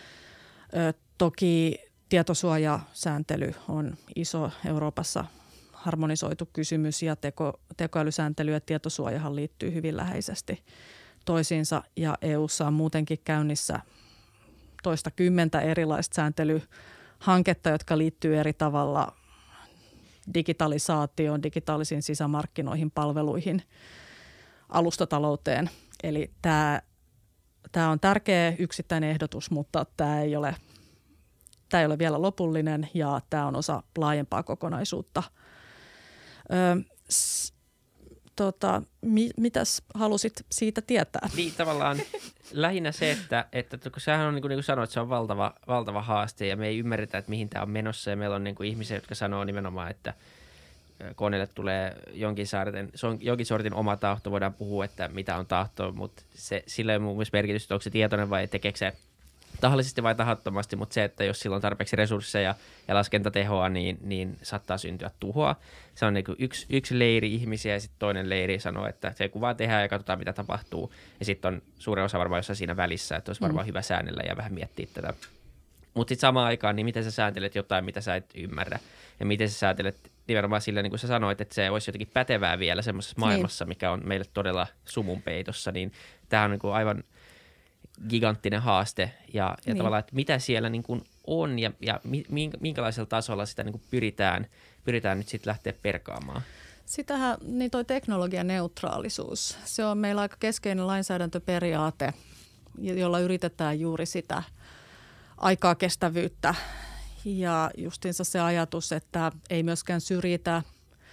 [SPEAKER 3] Toki tietosuojasääntely on iso Euroopassa harmonisoitu kysymys ja tekoälysääntely ja tietosuojahan liittyy hyvin läheisesti toisiinsa ja EU:ssa on muutenkin käynnissä toista 10 erilaista sääntelyhanketta, jotka liittyy eri tavalla digitalisaatioon, digitaalisiin sisämarkkinoihin, palveluihin, alustatalouteen. Eli tämä on tärkeä yksittäinen ehdotus, mutta tämä ei ole vielä lopullinen ja tämä on osa laajempaa kokonaisuutta. Mitäs halusit siitä tietää?
[SPEAKER 2] Niin tavallaan lähinnä se, että kun sähän on niin kuin sanoit, se on valtava haaste ja me ei ymmärretä, että mihin tämä on menossa ja meillä on niin kuin ihmisiä, jotka sanoo nimenomaan, että koneelle tulee jonkin sortin oma tahto, voidaan puhua, että mitä on tahto, mutta sillä ei ole mun mielestä merkitystä, että onko se tietoinen vai tekeekö se tahallisesti vai tahattomasti, mutta se, että jos sillä on tarpeeksi resursseja ja laskentatehoa, niin saattaa syntyä tuhoa. Se on niin kuin yksi leiri ihmisiä ja sitten toinen leiri sanoo, että se kuvaa tehdään ja katsotaan, mitä tapahtuu. Ja sitten on suurin osa varmaan jossain siinä välissä, että olisi varmaan hyvä säännellä ja vähän miettiä tätä. Mutta sitten samaan aikaan, niin miten sä sääntelet jotain, mitä sä et ymmärrä? Ja miten sä säätelet nimenomaan sillä, niin kuin sä sanoit, että se olisi jotenkin pätevää vielä semmoisessa maailmassa, mikä on meille todella sumun peitossa, niin tämä on niin kuin aivan giganttinen haaste ja tavallaan, että mitä siellä niin kuin on ja minkälaisella tasolla sitä niin kuin pyritään nyt sitten lähteä perkaamaan.
[SPEAKER 3] Sitähän, niin toi teknologian neutraalisuus, se on meillä aika keskeinen lainsäädäntöperiaate, jolla yritetään juuri sitä aikaa kestävyyttä ja justiinsa se ajatus, että ei myöskään syrjitä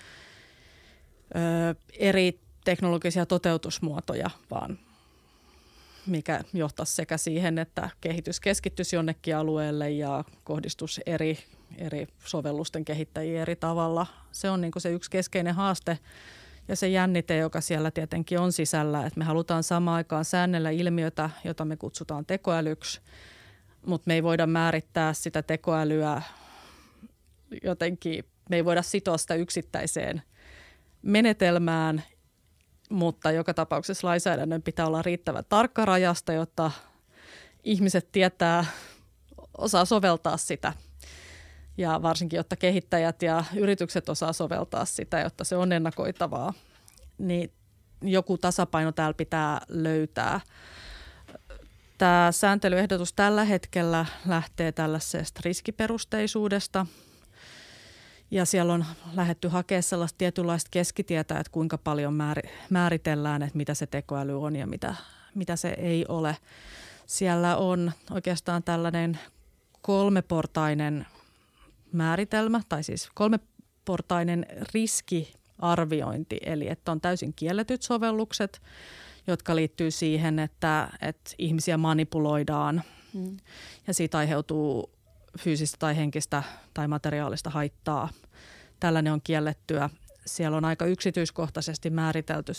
[SPEAKER 3] eri teknologisia toteutusmuotoja, vaan mikä johtaisi sekä siihen, että kehitys keskittyisi jonnekin alueelle ja kohdistus eri sovellusten kehittäjiin eri tavalla. Se on niin kuin se yksi keskeinen haaste ja se jännite, joka siellä tietenkin on sisällä, että me halutaan samaan aikaan säännellä ilmiötä, jota me kutsutaan tekoälyksi, mutta me ei voida määrittää sitä tekoälyä jotenkin, me ei voida sitoa sitä yksittäiseen menetelmään, mutta joka tapauksessa lainsäädännön pitää olla riittävän tarkkarajasta, jotta ihmiset osaa soveltaa sitä. Ja varsinkin, jotta kehittäjät ja yritykset osaa soveltaa sitä, jotta se on ennakoitavaa. Niin joku tasapaino täällä pitää löytää. Tämä sääntelyehdotus tällä hetkellä lähtee tällaisesta riskiperusteisuudesta. Ja siellä on lähdetty hakemaan sellaista tietynlaista keskitietä, että kuinka paljon määritellään, että mitä se tekoäly on ja mitä se ei ole. Siellä on oikeastaan tällainen 3-portainen määritelmä, tai siis 3-portainen riskiarviointi, eli että on täysin kielletyt sovellukset, jotka liittyy siihen, että ihmisiä manipuloidaan ja siitä aiheutuu fyysistä tai henkistä tai materiaalista haittaa. Tällainen on kiellettyä. Siellä on aika yksityiskohtaisesti määritelty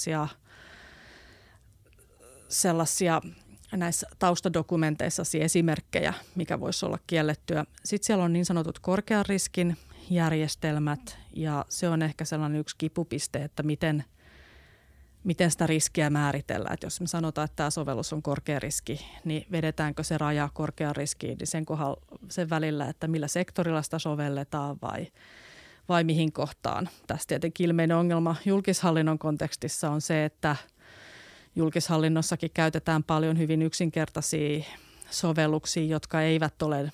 [SPEAKER 3] sellaisia näissä taustadokumenteissa esimerkkejä, mikä voisi olla kiellettyä. Sitten siellä on niin sanotut korkean riskin järjestelmät ja se on ehkä sellainen yksi kipupiste, että miten sitä riskiä määritellään. Että jos me sanotaan, että tämä sovellus on korkea riski, niin vedetäänkö se raja korkean riskiin niin sen välillä, että millä sektorilla sitä sovelletaan vai mihin kohtaan. Tässä tietenkin ilmeinen ongelma julkishallinnon kontekstissa on se, että julkishallinnossakin käytetään paljon hyvin yksinkertaisia sovelluksia, jotka eivät ole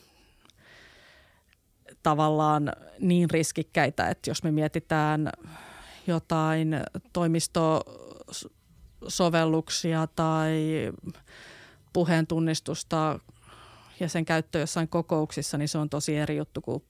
[SPEAKER 3] tavallaan niin riskikkäitä, että jos me mietitään jotain toimistosovelluksia tai puheentunnistusta ja sen käyttö jossain kokouksissa, niin se on tosi eri juttu kuin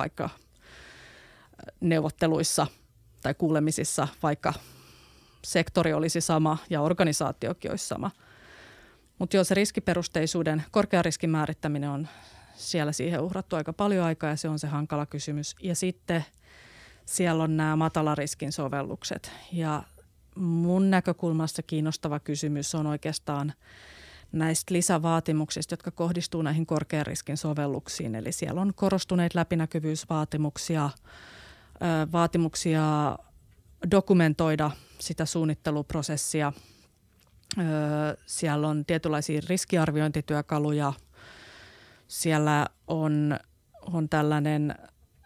[SPEAKER 3] turvapaikkaneuvotteluissa tai kuulemisissa, vaikka sektori olisi sama ja organisaatiokin olisi sama. Mutta joo, se riskiperusteisuuden, korkean riskin määrittäminen on siellä siihen uhrattu aika paljon aikaa ja se on se hankala kysymys. Ja sitten siellä on nämä matalariskin sovellukset ja mun näkökulmasta kiinnostava kysymys on oikeastaan näistä lisävaatimuksista, jotka kohdistuu näihin korkean riskin sovelluksiin. Eli siellä on korostuneita läpinäkyvyysvaatimuksia, vaatimuksia dokumentoida sitä suunnitteluprosessia. Siellä on tietynlaisia riskiarviointityökaluja. Siellä on tällainen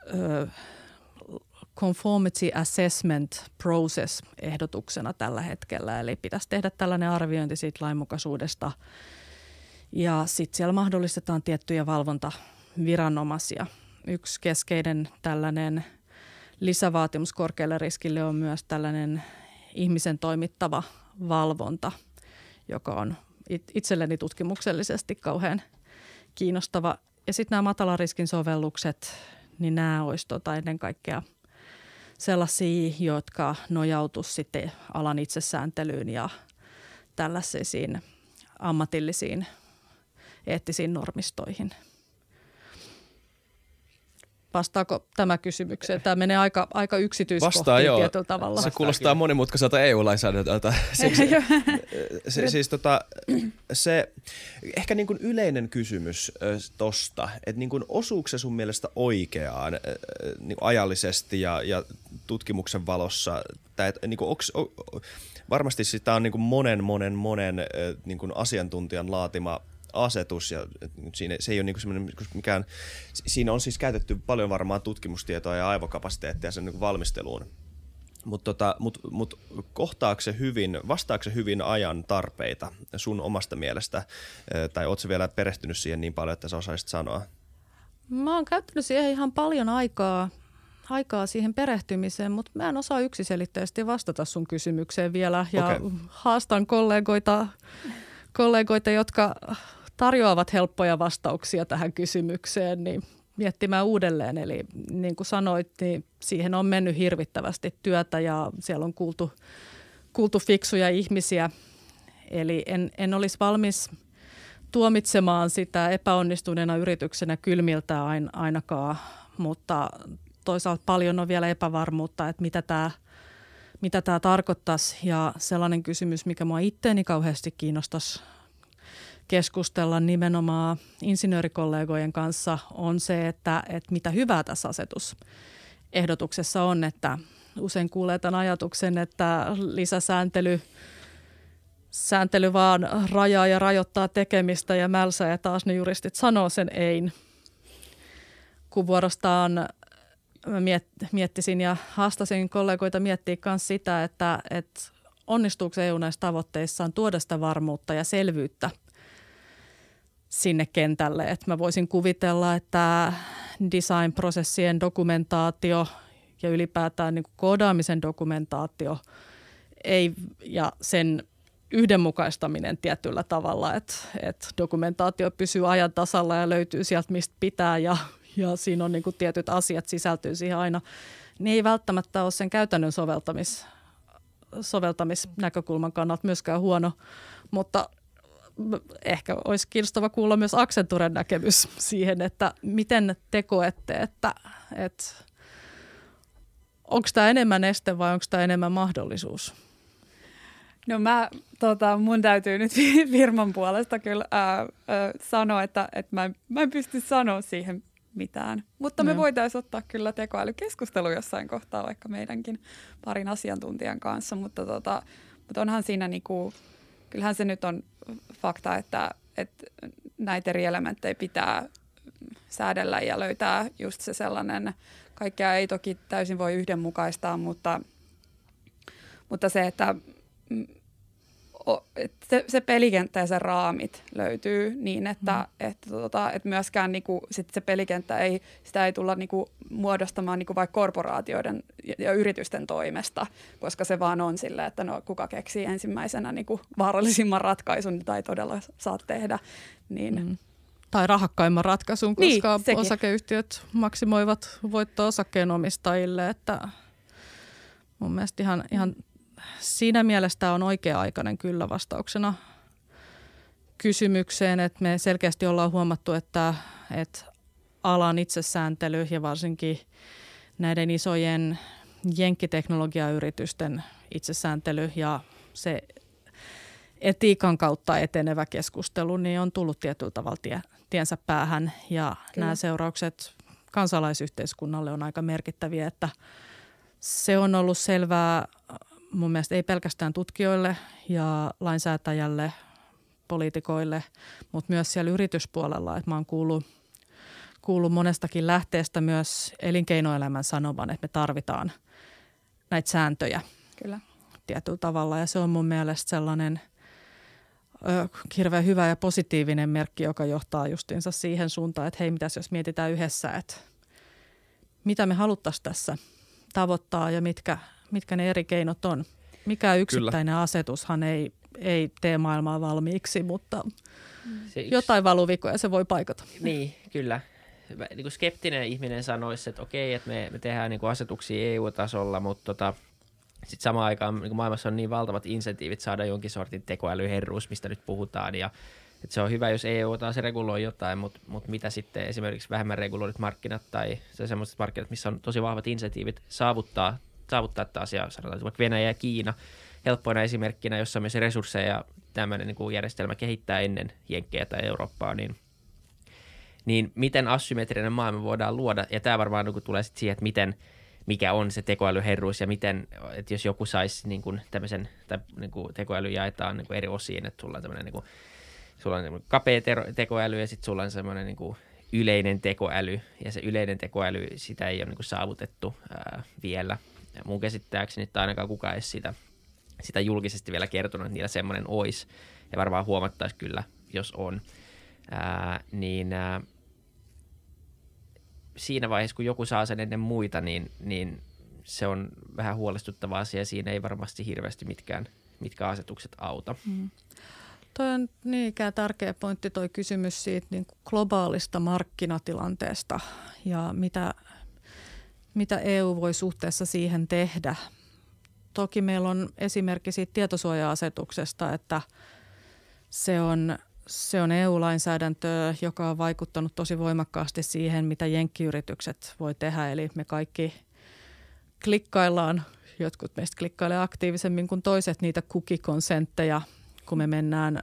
[SPEAKER 3] conformity assessment process ehdotuksena tällä hetkellä. Eli pitäisi tehdä tällainen arviointi siitä lainmukaisuudesta. Ja sitten siellä mahdollistetaan tiettyjä valvontaviranomaisia. Yksi keskeinen tällainen lisävaatimus korkealle riskille on myös tällainen ihmisen toimittava valvonta, joka on itselleni tutkimuksellisesti kauhean kiinnostava. Ja sitten nämä matalan riskin sovellukset, niin nämä olisi ennen kaikkea sellaisia, jotka nojautuisivat sitten alan itsesääntelyyn ja tällaisiin ammatillisiin eettisiin normistoihin. Vastaako tämä kysymykseen? Tämä menee aika yksityiskohtiin tietyllä tavalla.
[SPEAKER 1] Se kuulostaa monimutkaiselta EU-lainsäädäntöltä. Se ehkä niin kuin yleinen kysymys tosta, että niin kuin osuuko se sun mielestä oikeaan niin kuin ajallisesti ja tutkimuksen valossa? Niin kuin varmasti sitä on niin kuin monen niin kuin asiantuntijan laatima asetus ja siinä se ei ole niinku semmoinen mikään, siinä on siis käytetty paljon varmaan tutkimustietoa ja aivokapasiteettia sen niinku valmisteluun. Mutta vastaako se hyvin ajan tarpeita sun omasta mielestä, tai ootko vielä perehtynyt siihen niin paljon, että sä osaisit sanoa?
[SPEAKER 3] Mä oon käyttänyt siihen ihan paljon aikaa siihen perehtymiseen, mutta mä en osaa yksiselitteisesti vastata sun kysymykseen vielä ja haastan kollegoita, jotka tarjoavat helppoja vastauksia tähän kysymykseen, niin miettimään uudelleen. Eli niin kuin sanoit, niin siihen on mennyt hirvittävästi työtä ja siellä on kuultu fiksuja ihmisiä. Eli en olisi valmis tuomitsemaan sitä epäonnistuneena yrityksenä kylmiltään ainakaan, mutta toisaalta paljon on vielä epävarmuutta, että mitä tämä tarkoittaisi. Ja sellainen kysymys, mikä minua itseäni kauheasti kiinnostaisi keskustella nimenomaan insinöörikollegojen kanssa, on se, että mitä hyvää tässä asetusehdotuksessa on. Että usein kuulee tämän ajatuksen, että lisäsääntely vaan rajaa ja rajoittaa tekemistä ja mälsää, ja taas ne juristit sanoo sen ein. Kun vuorostaan miettisin ja haastasin kollegoita miettiä myös sitä, että onnistuuko EU näissä tavoitteissaan tuoda sitä varmuutta ja selvyyttä sinne kentälle. Että mä voisin kuvitella, että design-prosessien dokumentaatio ja ylipäätään niin kuin koodaamisen dokumentaatio ja sen yhdenmukaistaminen tietyllä tavalla, että dokumentaatio pysyy ajan tasalla ja löytyy sieltä, mistä pitää ja siinä on niin kuin tietyt asiat sisältyy siihen aina, niin ei välttämättä ole sen käytännön soveltamisnäkökulman kannalta myöskään huono, mutta ehkä olisi kiinnostava kuulla myös Accenturen näkemys siihen, että miten te koette, että onko tämä enemmän este vai onko tämä enemmän mahdollisuus?
[SPEAKER 4] No mun täytyy nyt firman puolesta kyllä sanoa, että mä en pysty sanoa siihen mitään. Mutta me voitaisiin ottaa kyllä tekoälykeskustelu jossain kohtaa vaikka meidänkin parin asiantuntijan kanssa, mutta onhan siinä niinku, kyllähän se nyt on fakta, että näitä eri elementtejä pitää säädellä ja löytää just se sellainen, kaikkea ei toki täysin voi yhdenmukaistaa, mutta se, että se pelikenttä ja se raamit löytyy niin, että myöskään niinku, sit se pelikenttä ei tulla niinku muodostamaan niinku vaikka korporaatioiden ja yritysten toimesta, koska se vaan on sillä, että kuka keksii ensimmäisenä niinku vaarallisimman ratkaisun, jota ei todella saa tehdä. Niin.
[SPEAKER 3] Tai rahakkaimman ratkaisun, koska osakeyhtiöt maksimoivat voittoa osakkeenomistajille, että mun mielestä ihan siinä mielessä on oikea-aikainen kyllä vastauksena kysymykseen, että me selkeästi ollaan huomattu, että alan itsesääntely ja varsinkin näiden isojen jenkkiteknologiayritysten itsesääntely ja se etiikan kautta etenevä keskustelu niin on tullut tietyllä tavalla tiensä päähän ja
[SPEAKER 4] Kyllä.
[SPEAKER 3] nämä seuraukset kansalaisyhteiskunnalle on aika merkittäviä, että se on ollut selvää mun mielestä ei pelkästään tutkijoille ja lainsäätäjälle, poliitikoille, mutta myös siellä yrityspuolella, että mä oon kuullut monestakin lähteestä myös elinkeinoelämän sanovan, että me tarvitaan näitä sääntöjä
[SPEAKER 4] Kyllä.
[SPEAKER 3] tietyllä tavalla ja se on mun mielestä sellainen hirveän hyvä ja positiivinen merkki, joka johtaa justiinsa siihen suuntaan, että hei, mitäs jos mietitään yhdessä, että mitä me haluttaisiin tässä tavoittaa ja mitkä ne eri keinot on. Mikä yksittäinen asetushan ei tee maailmaa valmiiksi, mutta jotain valuvikoja se voi paikata.
[SPEAKER 2] Niin, kyllä. Niin kuin skeptinen ihminen sanoisi, että okei, että me tehdään niin kuin asetuksia EU-tasolla, mutta sitten samaan aikaan niin maailmassa on niin valtavat insentiivit saada jonkin sortin tekoälyherruus, mistä nyt puhutaan. Ja, että se on hyvä, jos EU taas reguloi jotain, mutta mitä sitten esimerkiksi vähemmän reguloidut markkinat tai sellaiset markkinat, missä on tosi vahvat insentiivit saavuttaa tätä asiaa, sanotaan vaikka Venäjä ja Kiina helppoina esimerkkinä, jossa on myös resursseja ja tämmöinen niin kuin järjestelmä kehittää ennen Jenkkejä tai Eurooppaa, niin miten asymmetrinen maailma voidaan luoda, ja tämä varmaan niin kuin tulee sitten siihen, että mikä on se tekoälyherruus ja miten, että jos joku saisi niin kuin tämmöisen, tai niin kuin tekoäly jaetaan niin kuin eri osiin, että sulla on tämmöinen niin kuin, sulla on kapea tekoäly ja sitten sulla on semmoinen niin kuin yleinen tekoäly, ja se yleinen tekoäly, sitä ei ole niin kuin saavutettu vielä. Ja mun käsittääkseni, että ainakaan kukaan ei sitä julkisesti vielä kertonut, että niillä semmoinen olisi, ja varmaan huomattaisi kyllä, jos on. Siinä vaiheessa, kun joku saa sen ennen muita, niin se on vähän huolestuttava asia. Siinä ei varmasti hirveästi mitkä asetukset auta.
[SPEAKER 3] Toi on niin ikään tärkeä pointti toi kysymys siitä niin kuin globaalista markkinatilanteesta ja mitä EU voi suhteessa siihen tehdä. Toki meillä on esimerkki siitä tietosuoja-asetuksesta, että se on EU-lainsäädäntöä, joka on vaikuttanut tosi voimakkaasti siihen, mitä jenkkiyritykset voi tehdä. Eli me kaikki klikkaillaan, jotkut meistä klikkailee aktiivisemmin kuin toiset niitä cookie-konsentteja, kun me mennään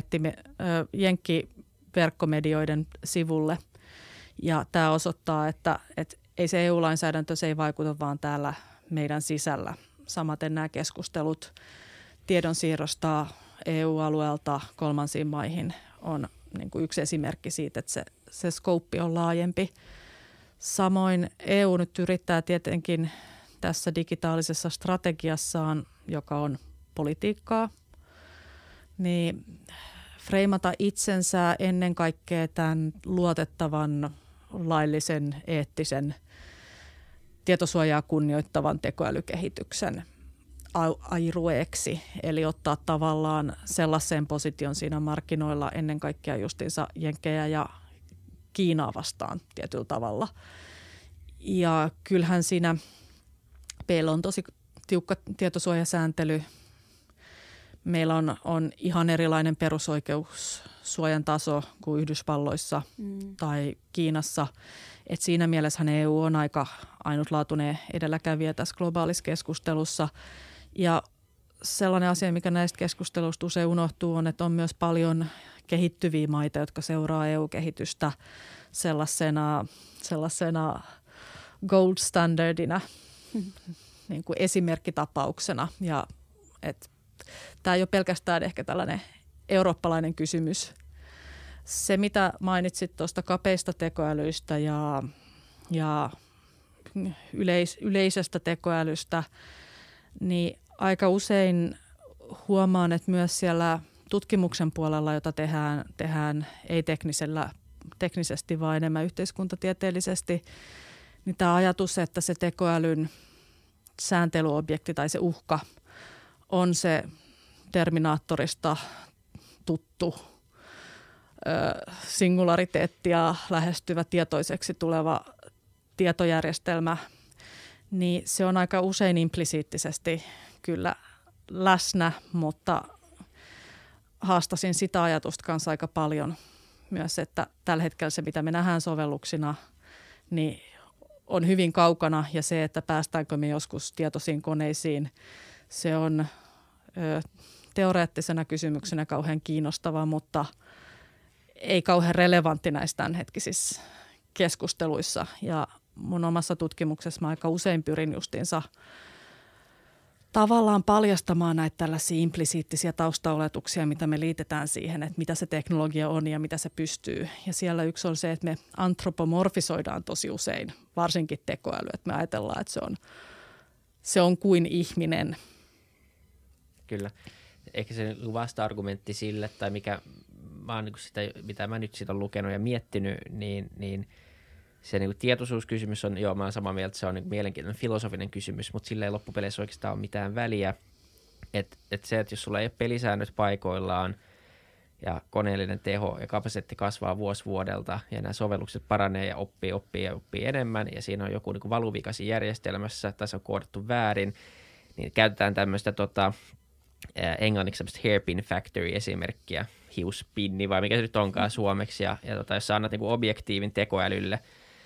[SPEAKER 3] jenkkiverkkomedioiden sivulle. Ja tämä osoittaa, että ei se EU-lainsäädäntö, se ei vaikuta vaan täällä meidän sisällä. Samaten nämä keskustelut tiedonsiirrosta EU-alueelta kolmansiin maihin on niin kuin yksi esimerkki siitä, että se skouppi on laajempi. Samoin EU nyt yrittää tietenkin tässä digitaalisessa strategiassaan, joka on politiikkaa, niin freimata itsensä ennen kaikkea tämän luotettavan, laillisen, eettisen, tietosuojaa kunnioittavan tekoälykehityksen airueeksi, eli ottaa tavallaan sellaisen position siinä markkinoilla ennen kaikkea justiinsa Jenkkejä ja Kiinaa vastaan tietyllä tavalla. Ja kyllähän siinä meillä on tosi tiukka tietosuojasääntely. Meillä on ihan erilainen perusoikeussuojan taso kuin Yhdysvalloissa tai Kiinassa. Et siinä mielessähän EU on aika ainutlaatuinen edelläkävijä tässä globaalissa keskustelussa. Ja sellainen asia, mikä näistä keskusteluista usein unohtuu, on, että on myös paljon kehittyviä maita, jotka seuraa EU-kehitystä sellaisena gold standardina, niin kuin esimerkkitapauksena. Ja tämä ei ole pelkästään ehkä tällainen eurooppalainen kysymys. Se, mitä mainitsit tuosta kapeista tekoälyistä ja yleisestä tekoälystä, niin aika usein huomaan, että myös siellä tutkimuksen puolella, jota tehdään ei teknisesti, vaan enemmän yhteiskuntatieteellisesti, niin tämä ajatus, että se tekoälyn sääntelyobjekti tai se uhka on se Terminaattorista tuttu singulariteettia lähestyvä tietoiseksi tuleva tietojärjestelmä, niin se on aika usein implisiittisesti kyllä läsnä, mutta haastasin sitä ajatusta kanssa aika paljon myös, että tällä hetkellä se, mitä me nähdään sovelluksina, niin on hyvin kaukana ja se, että päästäänkö me joskus tietoisiin koneisiin, se on teoreettisena kysymyksenä kauhean kiinnostava, mutta ei kauhean relevantti näissä tämänhetkisissä keskusteluissa. Ja mun omassa tutkimuksessa mä aika usein pyrin justiinsa tavallaan paljastamaan näitä tällaisia implisiittisiä taustaoletuksia, mitä me liitetään siihen, että mitä se teknologia on ja mitä se pystyy. Ja siellä yksi on se, että me antropomorfisoidaan tosi usein, varsinkin tekoäly, että me ajatellaan, että se on kuin ihminen.
[SPEAKER 2] Kyllä. Ehkä se vasta-argumentti sille, tai mikä mä oon, sitä, mitä mä nyt siitä olen lukenut ja miettinyt, niin se niin kuin tietoisuuskysymys on, joo, mä oon samaa mieltä, että se on niin mielenkiintoinen filosofinen kysymys, mutta sillä ei loppupeleissä oikeastaan ole mitään väliä. Että se, että jos sulla ei ole pelisäännöt paikoillaan ja koneellinen teho ja kapasiteetti kasvaa vuosi vuodelta ja nämä sovellukset paranee ja oppii enemmän ja siinä on joku niin kuin valuvika siinä järjestelmässä tai se on koodattu väärin, niin käytetään tämmöistä englanniksi tämmöistä hairpin factory-esimerkkiä, hiuspinni vai mikä se nyt onkaan suomeksi ja jos sä annat niin kuin objektiivin tekoälylle,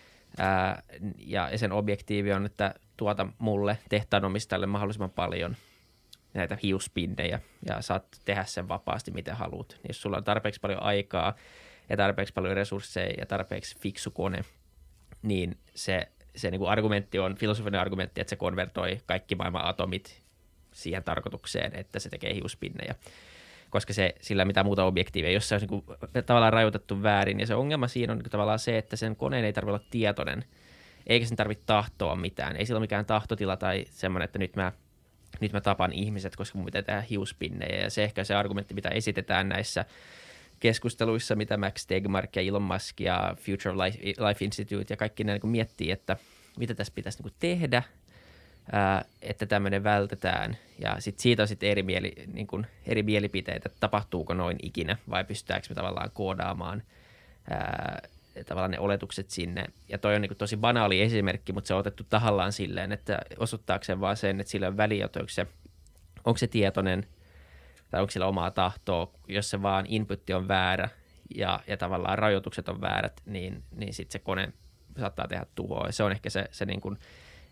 [SPEAKER 2] ja sen objektiivi on, että tuota mulle tehtaanomistajalle mahdollisimman paljon näitä hiuspinnejä ja saat tehdä sen vapaasti miten haluat. Niin jos sulla on tarpeeksi paljon aikaa ja tarpeeksi paljon resursseja ja tarpeeksi fiksu kone, niin se niin kuin argumentti on, filosofinen argumentti, että se konvertoi kaikki maailman atomit siihen tarkoitukseen, että se tekee hiuspinnejä. Koska sillä mitä muuta objektiivia, jos se olisi niin kuin tavallaan rajoitettu väärin. Ja se ongelma siinä on niin kuin tavallaan se, että sen koneen ei tarvitse olla tietoinen, eikä sen tarvitse tahtoa mitään. Ei sillä ole mikään tahtotila tai semmoinen, että nyt mä tapan ihmiset, koska mun pitää tehdä hiuspinnejä. Ja se ehkä se argumentti, mitä esitetään näissä keskusteluissa, mitä Max Tegmark ja Elon Musk ja Future Life Institute ja kaikki ne niin kuin miettii, että mitä tässä pitäisi niin kuin tehdä, että tämmöinen vältetään. Ja siitä on sitten eri mielipiteitä, että tapahtuuko noin ikinä vai pystytäänkö me tavallaan koodaamaan tavallaan ne oletukset sinne. Ja toi on niin kuin tosi banaali esimerkki, mutta se on otettu tahallaan silleen, että osoittaakseen vaan sen, että sillä on väliä, onko se tietoinen tai onko sillä omaa tahtoa, jos se vaan inputti on väärä ja tavallaan rajoitukset on väärät, niin sitten se kone saattaa tehdä tuhoa. Ja se on ehkä se niin kuin,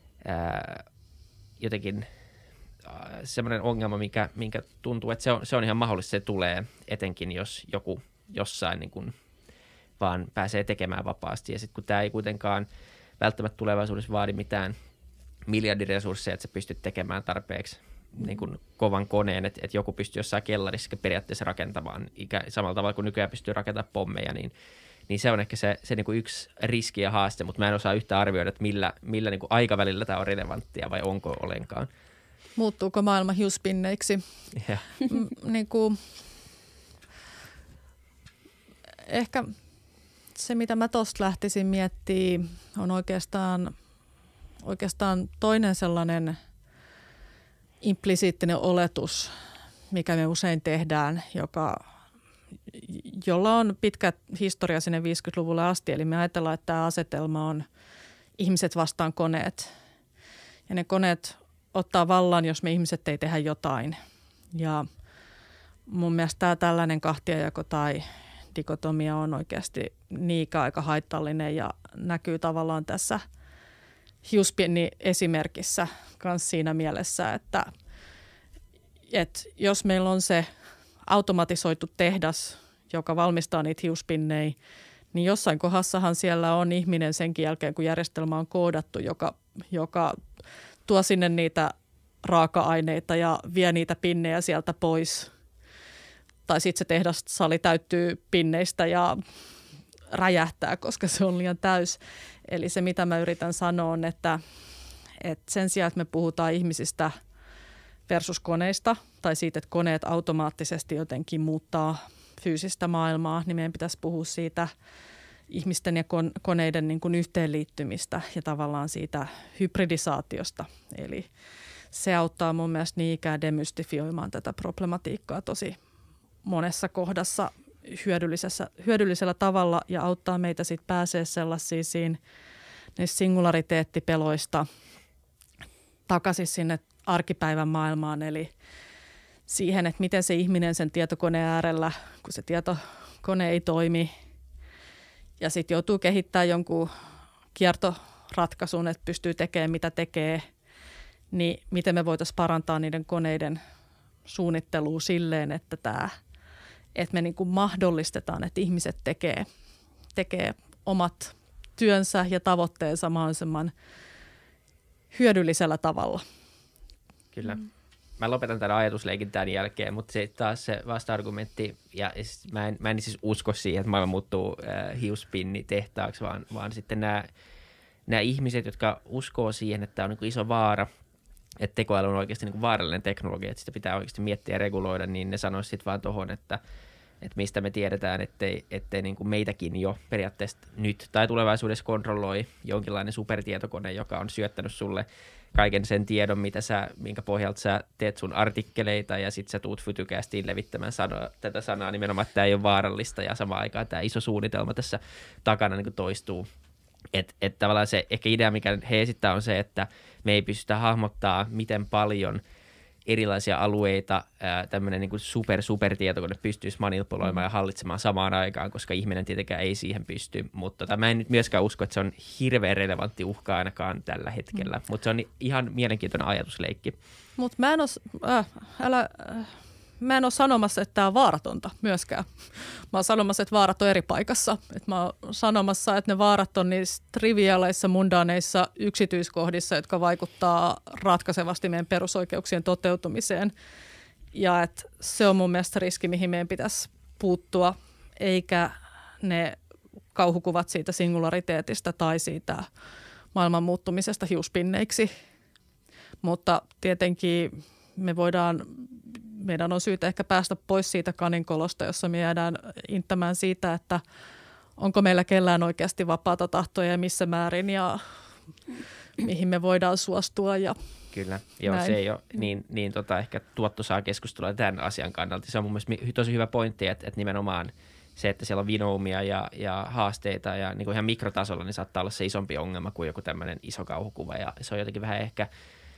[SPEAKER 2] jotenkin semmoinen ongelma, minkä tuntuu, että se on ihan mahdollista, se tulee, etenkin jos joku jossain niin kuin vaan pääsee tekemään vapaasti. Ja sitten kun tämä ei kuitenkaan välttämättä tulevaisuudessa vaadi mitään miljardiresursseja, että sä pystyt tekemään tarpeeksi niin kuin kovan koneen, että joku pystyy jossain kellarissa periaatteessa rakentamaan samalla tavalla kuin nykyään pystyy rakentamaan pommeja, niin se on ehkä se niin kuin yksi riski ja haaste, mutta mä en osaa yhtään arvioida, että millä niin kuin aikavälillä tämä on relevanttia vai onko ollenkaan.
[SPEAKER 3] Muuttuuko maailma hiuspinneiksi? Niin kuin, ehkä se, mitä mä tuosta lähtisin miettimään, on oikeastaan toinen sellainen implisiittinen oletus, mikä me usein tehdään, jolla on pitkä historia sinne 50-luvulle asti. Eli me ajatellaan, että tämä asetelma on ihmiset vastaan koneet. Ja ne koneet ottaa vallan, jos me ihmiset ei tehdä jotain. Ja mun mielestä tämä tällainen kahtiajako tai dikotomia on oikeasti niikä aika haitallinen ja näkyy tavallaan tässä hiuspinni-esimerkissä myös siinä mielessä, että jos meillä on se automatisoitu tehdas, joka valmistaa niitä hiuspinnejä, niin jossain kohdassahan siellä on ihminen senkin jälkeen, kun järjestelmä on koodattu, joka tuo sinne niitä raaka-aineita ja vie niitä pinnejä sieltä pois. Tai sitten se tehdassali täyttyy pinneistä ja räjähtää, koska se on liian täys. Eli se, mitä mä yritän sanoa, on, että sen sijaan, että me puhutaan ihmisistä versus koneista tai siitä, että koneet automaattisesti jotenkin muuttaa fyysistä maailmaa, niin meidän pitäisi puhua siitä ihmisten ja koneiden niin kuin yhteenliittymistä ja tavallaan siitä hybridisaatiosta. Eli se auttaa mun mielestä niin ikään demystifioimaan tätä problematiikkaa tosi monessa kohdassa hyödyllisellä tavalla ja auttaa meitä sitten pääsee sellaisiin singulariteettipeloista takaisin sinne arkipäivän maailmaan, eli siihen, että miten se ihminen sen tietokoneen äärellä, kun se tietokone ei toimi ja sitten joutuu kehittämään jonkun kiertoratkaisun, että pystyy tekemään mitä tekee, niin miten me voitaisiin parantaa niiden koneiden suunnittelua silleen, että me niin kuin mahdollistetaan, että ihmiset tekee omat työnsä ja tavoitteensa mahdollisimman hyödyllisellä tavalla.
[SPEAKER 2] Kyllä. Mä lopetan tämän ajatusleikin tämän jälkeen, mutta se taas se vasta-argumentti, ja mä en siis usko siihen, että maailma muuttuu hiuspinnitehtaaksi, vaan sitten nämä ihmiset, jotka uskoo siihen, että on niin kuin iso vaara, että tekoäly on oikeasti niin kuin vaarallinen teknologia, että sitä pitää oikeasti miettiä ja reguloida, niin ne sanoisi sitten vaan tuohon, että mistä me tiedetään, ettei niin kuin meitäkin jo periaatteessa nyt tai tulevaisuudessa kontrolloi jonkinlainen supertietokone, joka on syöttänyt sulle kaiken sen tiedon, minkä pohjalta sä teet sun artikkeleita ja sit sä tuut Fytycastiin levittämään tätä sanaa nimenomaan, että tämä ei ole vaarallista ja samaan aikaan tämä iso suunnitelma tässä takana niin kuin toistuu. Että tavallaan se ehkä idea, mikä he esittää, on se, että me ei pystytä hahmottaa, miten paljon erilaisia alueita tämmöinen niin kuin supertietokone pystyisi manipuloimaan ja hallitsemaan samaan aikaan, koska ihminen tietenkään ei siihen pysty. Mutta mä en nyt myöskään usko, että se on hirveän relevantti uhka ainakaan tällä hetkellä. Mutta se on ihan mielenkiintoinen ajatusleikki.
[SPEAKER 3] Mutta mä en ole sanomassa, että tämä on vaaratonta myöskään. Mä oon sanomassa, että vaarat on eri paikassa. Mä oon sanomassa, että ne vaarat on niissä triviaaleissa, mundaaneissa yksityiskohdissa, jotka vaikuttaa ratkaisevasti meidän perusoikeuksien toteutumiseen. Ja että se on mun mielestä riski, mihin meidän pitäisi puuttua, eikä ne kauhukuvat siitä singulariteetista tai siitä maailman muuttumisesta hiuspinneiksi. Mutta tietenkin meidän on syytä ehkä päästä pois siitä kaninkolosta, jossa me jäädään inttämään siitä, että onko meillä kellään oikeasti vapaata tahtoa ja missä määrin ja mihin me voidaan suostua. Ja
[SPEAKER 2] kyllä, joo, näin. Se ei ole niin ehkä tuottoisaa keskustelua tämän asian kannalta. Se on mun mielestä tosi hyvä pointti, että nimenomaan se, että siellä on vinoumia ja haasteita ja niin kuin ihan mikrotasolla, niin saattaa olla se isompi ongelma kuin joku tämmöinen iso kauhukuva. Ja se on jotenkin vähän ehkä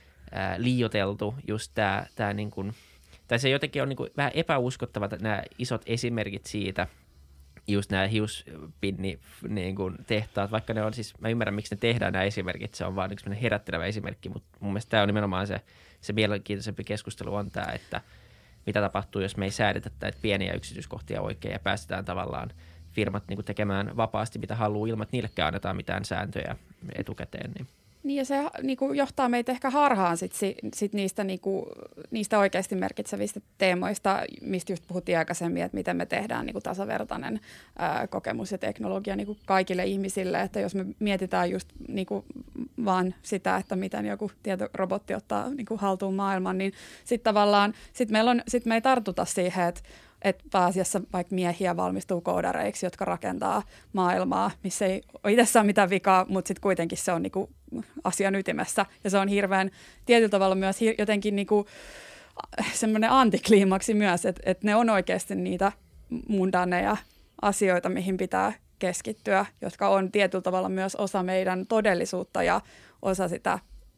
[SPEAKER 2] liioiteltu just tämä niin kuin, tai se jotenkin on niin kuin vähän epäuskottava nämä isot esimerkit siitä, just nämä hiuspinni niin kuin tehtaat, vaikka ne on siis, mä ymmärrän miksi ne tehdään nämä esimerkit, se on vaan yksi herättelevä esimerkki, mutta mun mielestä tämä on nimenomaan se mielenkiintoisempi keskustelu on tämä, että mitä tapahtuu, jos me ei säädetä näitä pieniä yksityiskohtia oikein ja päästetään tavallaan firmat niin kuin tekemään vapaasti mitä haluaa ilman, että niillekään annetaan mitään sääntöjä etukäteen.
[SPEAKER 4] Niin ja se niinku johtaa meitä ehkä harhaan sit niistä oikeasti merkitsevistä teemoista, mistä just puhuttiin aikaisemmin, että miten me tehdään niinku tasavertainen kokemus ja teknologia niinku kaikille ihmisille. Että jos me mietitään just niinku vaan sitä, että miten joku tietorobotti ottaa niinku haltuun maailman, niin sitten tavallaan me ei tartuta siihen, että pääasiassa vaikka miehiä valmistuu koodareiksi, jotka rakentaa maailmaa, missä ei ole itsessään mitään vikaa, mutta sitten kuitenkin se on niinku asian ytimessä. Ja se on hirveän tietyllä tavalla myös jotenkin niinku semmoinen antikliimaksi myös, että ne on oikeasti niitä mundaaneja asioita, mihin pitää keskittyä, jotka on tietyllä tavalla myös osa meidän todellisuutta ja osa sitä,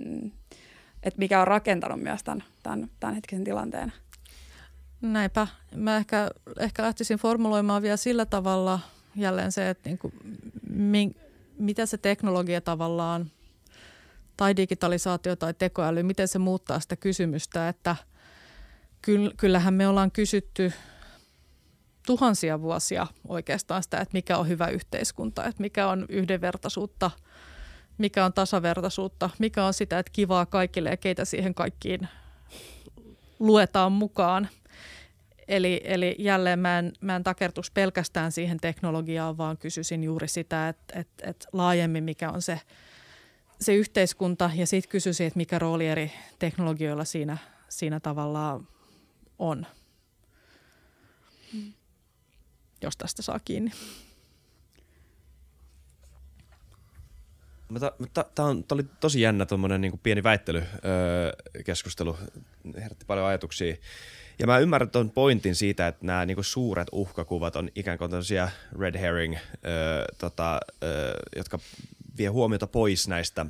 [SPEAKER 4] että mikä on rakentanut myös tämän hetkisen tilanteen.
[SPEAKER 3] Näinpä. Mä ehkä lähtisin formuloimaan vielä sillä tavalla jälleen se, että mitä se teknologia tavallaan tai digitalisaatio tai tekoäly, miten se muuttaa sitä kysymystä, että kyllähän me ollaan kysytty tuhansia vuosia oikeastaan sitä, että mikä on hyvä yhteiskunta, että mikä on yhdenvertaisuutta, mikä on tasavertaisuutta, mikä on sitä, että kivaa kaikille ja keitä siihen kaikkiin luetaan mukaan. Eli jälleen mä en takertus pelkästään siihen teknologiaan, vaan kysyisin juuri sitä, että laajemmin mikä on se yhteiskunta ja sitten kysyisin, että mikä rooli eri teknologioilla siinä tavallaan on, jos tästä saa kiinni.
[SPEAKER 1] Tämä oli tosi jännä tuommoinen niin kuin pieni väittelykeskustelu, herätti paljon ajatuksia. Ja mä ymmärrän tuon pointin siitä, että nämä niin kuin suuret uhkakuvat on ikään kuin tämmöisiä red herring, jotka vie huomiota pois näistä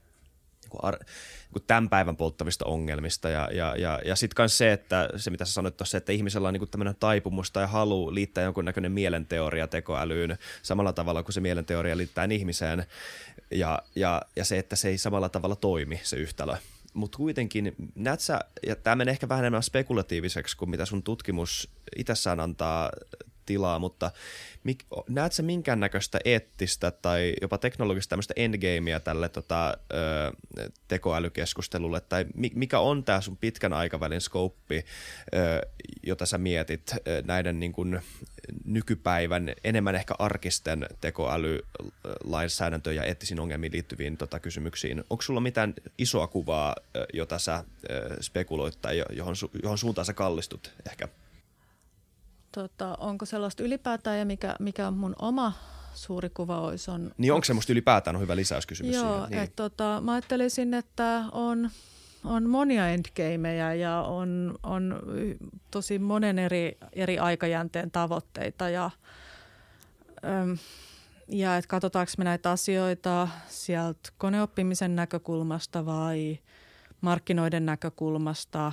[SPEAKER 1] niin tämän päivän polttavista ongelmista. Ja sitten myös se, että se mitä sä sanoit tuossa, että ihmisellä on niin kuin tämmöinen taipumus tai halu liittää jonkunnäköinen mielenteoria tekoälyyn samalla tavalla kuin se mielenteoria liittää ihmiseen. Ja se, että se ei samalla tavalla toimi, se yhtälö. Mutta kuitenkin, näet sä, ja tämä menee ehkä vähän enemmän spekulatiiviseksi kuin mitä sun tutkimus itsessään antaa tilaa, mutta näet sä minkäännäköistä eettistä tai jopa teknologista tämmöistä endgamea tälle tekoälykeskustelulle, tai mikä on tämä sun pitkän aikavälin skouppi, jota sä mietit näiden niin kuin nykypäivän enemmän ehkä arkisten tekoälylainsäädäntöön ja eettisiin ongelmiin liittyviin kysymyksiin. Onko sulla mitään isoa kuvaa, jota sä spekuloit tai johon suuntaan sä kallistut ehkä?
[SPEAKER 3] Onko sellaista ylipäätään ja mikä mun oma suuri kuva olisi?
[SPEAKER 1] Niin onko semmoista ylipäätään on hyvä lisäyskysymys
[SPEAKER 3] joo,
[SPEAKER 1] siihen? Niin.
[SPEAKER 3] Mä ajattelisin, että on monia endgameja ja on tosi monen eri aikajänteen tavoitteita ja että katsotaanko me näitä asioita sieltä koneoppimisen näkökulmasta vai markkinoiden näkökulmasta,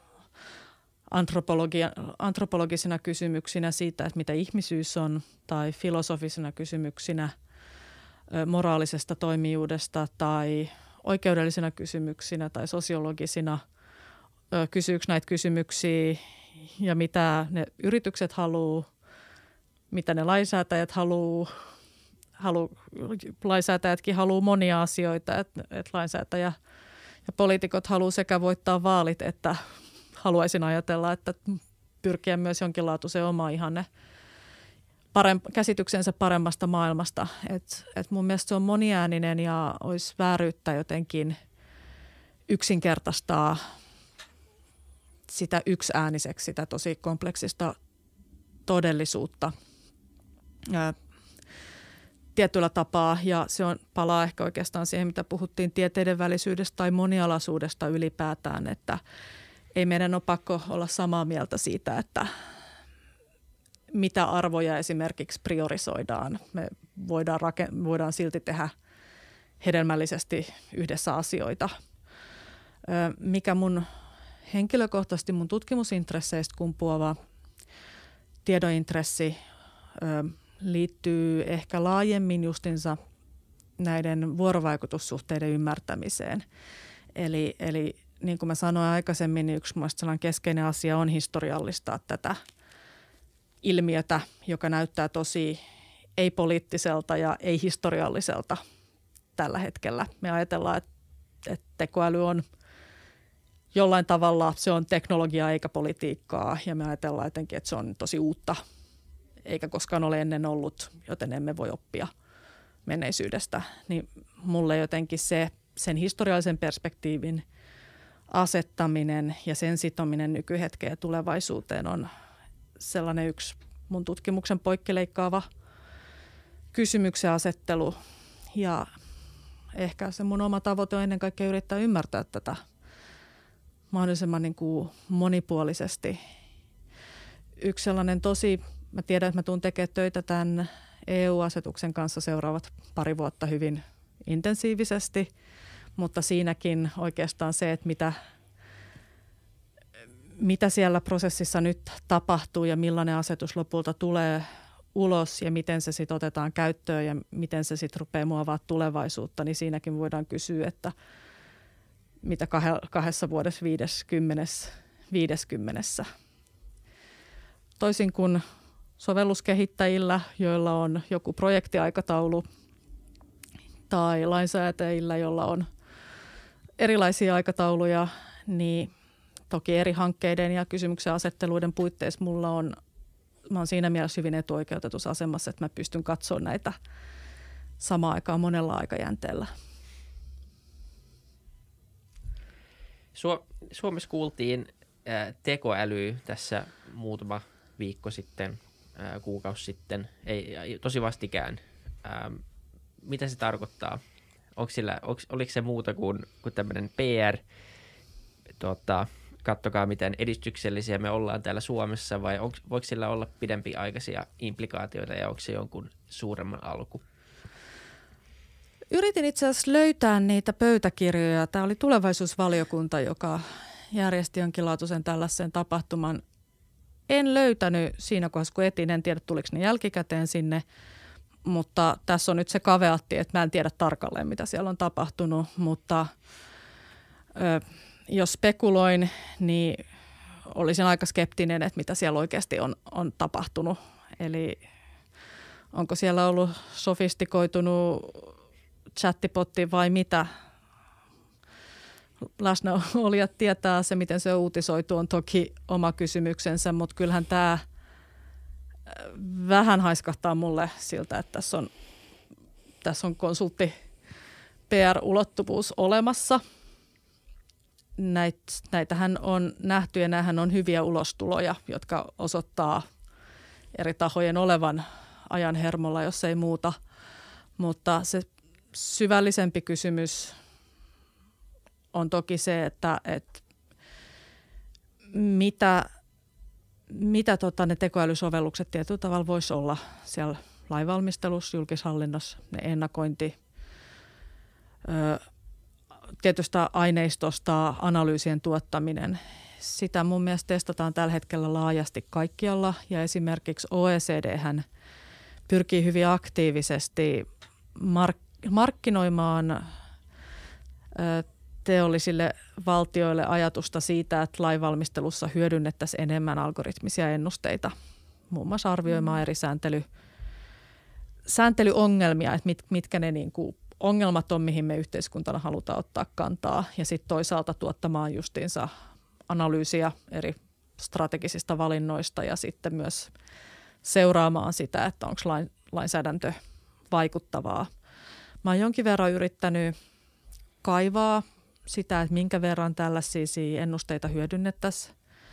[SPEAKER 3] antropologisina kysymyksinä siitä, että mitä ihmisyys on, tai filosofisina kysymyksinä moraalisesta toimijuudesta tai oikeudellisina kysymyksinä tai sosiologisina. Kysyykö näitä kysymyksiä ja mitä ne yritykset haluaa, mitä ne lainsäätäjät haluaa. Lainsäätäjätkin haluaa monia asioita, että lainsäätäjä ja poliitikot haluaa sekä voittaa vaalit, että haluaisin ajatella, että pyrkiä myös jonkinlaatuiseen oma ihanne käsityksensä paremmasta maailmasta. Et mun mielestä se on moniääninen ja olisi vääryyttä jotenkin yksinkertaistaa sitä yksiääniseksi, sitä tosi kompleksista todellisuutta tietyllä tapaa. Ja se palaa ehkä oikeastaan siihen, mitä puhuttiin tieteiden välisyydestä tai monialaisuudesta ylipäätään, että ei meidän ole pakko olla samaa mieltä siitä, että mitä arvoja esimerkiksi priorisoidaan. Me voidaan silti tehdä hedelmällisesti yhdessä asioita. Mikä mun henkilökohtaisesti mun tutkimusintresseistä kumpuava tiedointressi liittyy ehkä laajemmin justinsa näiden vuorovaikutussuhteiden ymmärtämiseen. Eli niin kuin mä sanoin aikaisemmin, niin yksi mielestäni sellainen keskeinen asia on historiallistaa tätä ilmiötä, joka näyttää tosi ei-poliittiselta ja ei-historialliselta tällä hetkellä. Me ajatellaan, että tekoäly on jollain tavalla, se on teknologiaa eikä politiikkaa, ja me ajatellaan jotenkin, että se on tosi uutta, eikä koskaan ole ennen ollut, joten emme voi oppia menneisyydestä. Niin mulle jotenkin sen historiallisen perspektiivin asettaminen ja sen sitominen nykyhetkeen ja tulevaisuuteen on sellainen yksi mun tutkimuksen poikkileikkaava kysymyksen asettelu. Ja ehkä se mun oma tavoite on ennen kaikkea yrittää ymmärtää tätä mahdollisimman niin kuin monipuolisesti. Yksi sellainen mä tiedän, että mä tuun tekemään töitä tämän EU-asetuksen kanssa seuraavat 2 vuotta hyvin intensiivisesti, mutta siinäkin oikeastaan se, että mitä siellä prosessissa nyt tapahtuu ja millainen asetus lopulta tulee ulos ja miten se sitten otetaan käyttöön ja miten se sitten rupeaa muovaamaan tulevaisuutta, niin siinäkin voidaan kysyä, että mitä 2 vuodessa 50. Toisin kuin sovelluskehittäjillä, joilla on joku projektiaikataulu tai lainsäätäjillä, jolla on erilaisia aikatauluja, niin toki eri hankkeiden ja kysymyksen asetteluiden puitteissa mä oon siinä mielessä hyvin etuoikeutetussa asemassa, että mä pystyn katsoa näitä samaan aikaan monella aikajänteellä.
[SPEAKER 2] Suomessa kuultiin tekoälyä tässä muutama viikko sitten, kuukausi sitten, tosi vastikään. Mitä se tarkoittaa? Oliko se muuta kuin tämmöinen PR, katsokaa miten edistyksellisiä me ollaan täällä Suomessa, vai voiko sillä olla pidempiaikaisia implikaatioita ja onko se jonkun suuremman alku?
[SPEAKER 3] Yritin itse asiassa löytää niitä pöytäkirjoja. Tämä oli tulevaisuusvaliokunta, joka järjesti jonkinlaatuisen tällaisen tapahtuman. En löytänyt siinä kohdassa, kun etin, en tiedä tuliko ne jälkikäteen sinne, mutta tässä on nyt se kaveatti, että mä en tiedä tarkalleen, mitä siellä on tapahtunut, mutta Jos spekuloin, niin olisin aika skeptinen, että mitä siellä oikeasti on tapahtunut. Eli onko siellä ollut sofistikoitunut chattipotti vai mitä? Läsnäolijat tietää se, miten se uutisoitu, on toki oma kysymyksensä, mutta kyllähän tämä vähän haiskahtaa mulle siltä, että tässä on konsultti PR-ulottuvuus olemassa. Näitähän on nähty ja nämähän on hyviä ulostuloja, jotka osoittaa eri tahojen olevan ajan hermolla, jos ei muuta. Mutta se syvällisempi kysymys on toki se, että mitä ne tekoälysovellukset tietyllä tavalla voisi olla siellä lainvalmistelussa, julkishallinnossa, ne ennakointi, tietystä aineistosta, analyysien tuottaminen. Sitä mun mielestä testataan tällä hetkellä laajasti kaikkialla ja esimerkiksi OECD:hän pyrkii hyvin aktiivisesti markkinoimaan teollisille valtioille ajatusta siitä, että lainvalmistelussa hyödynnettäisiin enemmän algoritmisia ennusteita, muun muassa arvioimaan eri sääntelyongelmia, että mitkä ne niin kuin ongelmat on, mihin me yhteiskuntana halutaan ottaa kantaa, ja sitten toisaalta tuottamaan justiinsa analyysiä eri strategisista valinnoista ja sitten myös seuraamaan sitä, että onko lainsäädäntö vaikuttavaa. Mä oon jonkin verran yrittänyt kaivaa sitä, että minkä verran tällaisia ennusteita hyödynnettäisiin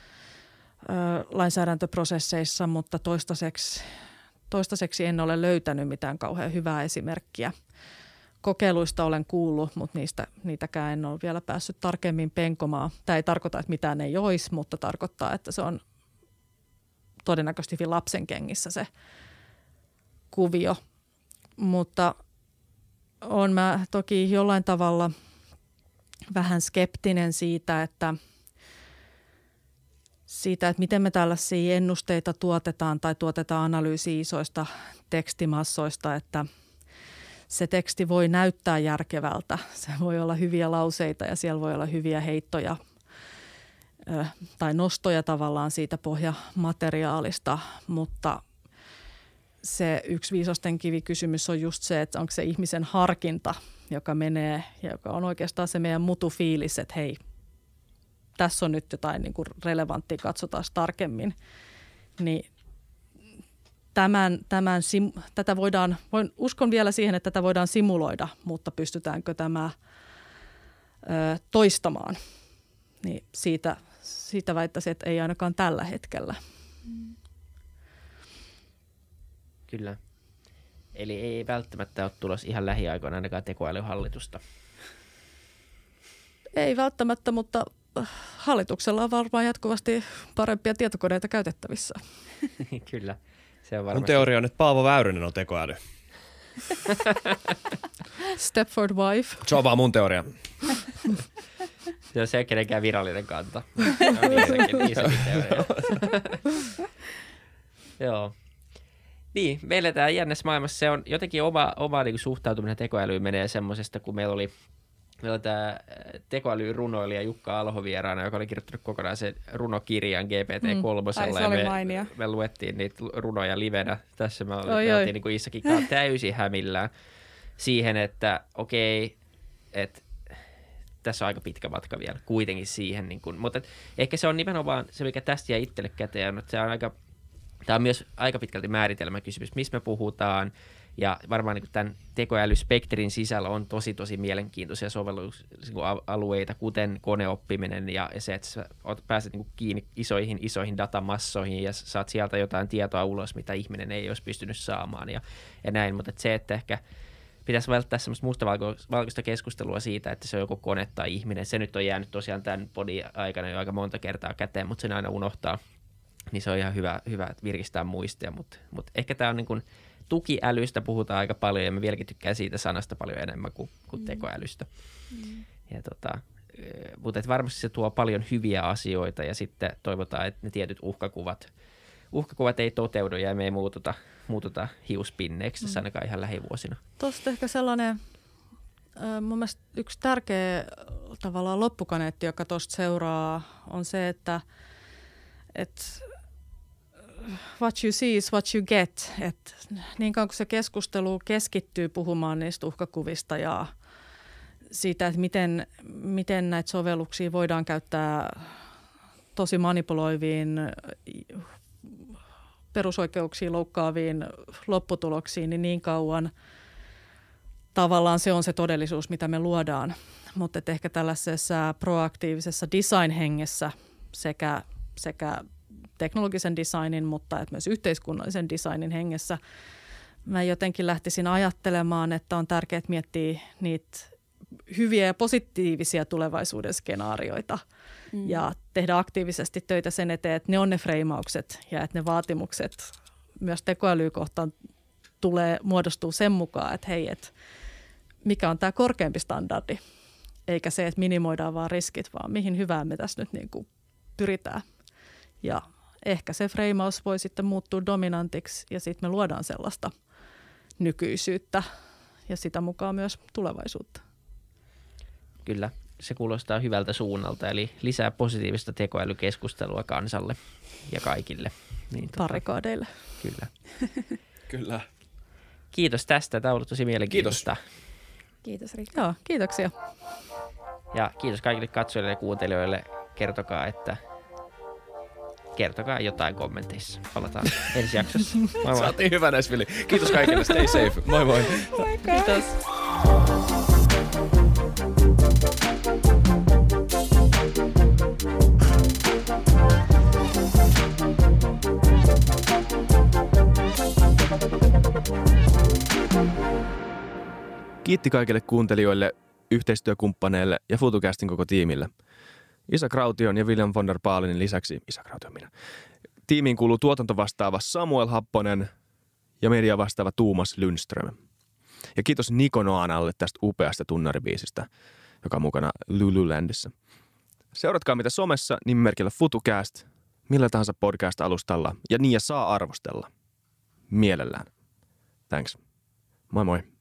[SPEAKER 3] lainsäädäntöprosesseissa, mutta toistaiseksi en ole löytänyt mitään kauhean hyvää esimerkkiä. Kokeiluista olen kuullut, mutta niitäkään en ole vielä päässyt tarkemmin penkomaan. Tämä ei tarkoita, että mitään ei olisi, mutta tarkoittaa, että se on todennäköisesti hyvin lapsen kengissä se kuvio. Mutta olen mä toki jollain tavalla vähän skeptinen siitä, että miten me tällaisia ennusteita tuotetaan tai tuotetaan analyysiä isoista tekstimassoista, että se teksti voi näyttää järkevältä. Se voi olla hyviä lauseita ja siellä voi olla hyviä heittoja tai nostoja tavallaan siitä pohjamateriaalista, mutta se yksi viisasten kivikysymys on just se, että onko se ihmisen harkinta, joka menee ja joka on oikeastaan se meidän mutufiilis, että hei, tässä on nyt jotain niin kuin relevanttia, katsotaan tarkemmin. Niin uskon vielä siihen, että tätä voidaan simuloida, mutta pystytäänkö tämä toistamaan? Niin siitä väittäisin, että ei ainakaan tällä hetkellä.
[SPEAKER 2] Kyllä. Eli ei välttämättä ole tulossa ihan lähiaikoina ainakaan tekoälyhallitusta.
[SPEAKER 3] Ei välttämättä, mutta hallituksella on varmaan jatkuvasti parempia tietokoneita käytettävissä.
[SPEAKER 2] Kyllä, se on varmasti.
[SPEAKER 1] Mun teoria on, että Paavo Väyrynen on tekoäly.
[SPEAKER 3] Stepford wife.
[SPEAKER 1] Se on vaan mun teoria.
[SPEAKER 2] Se on se kenenkään virallinen kanta. On isokin teoria. Joo. Niin, meillä tämä jännässä maailmassa se on jotenkin oma niin kuin suhtautuminen tekoälyyn menee semmoisesta, kun meillä oli tämä tekoälyrunoilija Jukka Alho vieraana, joka oli kirjoittanut kokonaan sen runokirjan GPT-3.
[SPEAKER 4] Se oli mainio.
[SPEAKER 2] Me luettiin niitä runoja livenä. Tässä me oltiin niin kuin Issakin kanssa täysin hämillään siihen, että okei, että tässä on aika pitkä matka vielä kuitenkin siihen. Niin kuin, mutta ehkä se on nimenomaan se, mikä tästä jäi itselle käteen, että se on tämä on myös aika pitkälti määritelmäkysymys, missä me puhutaan, ja varmaan niin tämän tekoälyspektrin sisällä on tosi mielenkiintoisia sovellusalueita, kuten koneoppiminen ja se, että sä pääset niin kiinni isoihin datamassoihin ja saat sieltä jotain tietoa ulos, mitä ihminen ei olisi pystynyt saamaan ja näin, mutta se, että ehkä pitäisi välttää semmoista mustavalkoista keskustelua siitä, että se on joko kone tai ihminen, se nyt on jäänyt tosiaan tämän podin aikana jo aika monta kertaa käteen, mutta sen aina unohtaa. Niin se on ihan hyvä virkistää muistia, mutta ehkä tämä on niin kuin tukiälystä puhutaan aika paljon ja mä vieläkin tykkään siitä sanasta paljon enemmän kuin tekoälystä. Mutta varmasti se tuo paljon hyviä asioita ja sitten toivotaan, että ne tietyt uhkakuvat ei toteudu ja me ei muututa hiuspinneeksi tässä ainakaan ihan lähivuosina.
[SPEAKER 3] Tuosta ehkä sellainen Mun mielestä yksi tärkeä tavallaan loppukaneetti, joka tuosta seuraa, on se, että what you see is what you get. Et niin kauan kuin se keskustelu keskittyy puhumaan niistä uhkakuvista ja siitä, että miten näitä sovelluksia voidaan käyttää tosi manipuloiviin, perusoikeuksia loukkaaviin lopputuloksiin, niin kauan tavallaan se on se todellisuus, mitä me luodaan. Mutta ehkä tällaisessa proaktiivisessa design-hengessä sekä teknologisen designin, mutta että myös yhteiskunnallisen designin hengessä mä jotenkin lähtisin ajattelemaan, että on tärkeää miettiä niitä hyviä ja positiivisia tulevaisuuden skenaarioita ja tehdä aktiivisesti töitä sen eteen, että ne on ne freimaukset ja että ne vaatimukset myös tekoälyä kohtaan muodostuu sen mukaan, että hei, että mikä on tämä korkeampi standardi, eikä se, että minimoidaan vaan riskit, vaan mihin hyvään me tässä nyt niin kuin pyritään. Ja ehkä se freimaus voi sitten muuttua dominantiksi ja sitten me luodaan sellaista nykyisyyttä ja sitä mukaan myös tulevaisuutta.
[SPEAKER 2] Kyllä, se kuulostaa hyvältä suunnalta, eli lisää positiivista tekoälykeskustelua kansalle ja kaikille. Niin,
[SPEAKER 3] barrikaadeille.
[SPEAKER 2] Kyllä.
[SPEAKER 1] Kyllä.
[SPEAKER 2] Kiitos tästä, tämä on ollut tosi mielenkiintoista.
[SPEAKER 4] Kiitos Riikka.
[SPEAKER 3] Joo, kiitoksia.
[SPEAKER 2] Ja kiitos kaikille katsojille ja kuuntelijoille. Kertokaa jotain kommenteissa. Palataan ensi jaksossa. Moi moi.
[SPEAKER 1] Saatiin hyvä näissä, Vili. Kiitos kaikille. Stay safe. Moi moi.
[SPEAKER 3] Kiitos.
[SPEAKER 1] Kiitti kaikille kuuntelijoille, yhteistyökumppaneille ja FutuCastin koko tiimille. Isa Kraution ja William von der Baalinin lisäksi, Isa Kraution minä, tiimiin kuuluu tuotantovastaava Samuel Happonen ja media vastaava Tuomas Lundström. Ja kiitos Niko Noanalle tästä upeasta tunnaribiisistä, joka on mukana Lululandissa. Seuratkaa mitä somessa nimimerkillä FutuCast, millä tahansa podcast-alustalla ja niin ja saa arvostella. Mielellään. Thanks. Moi moi.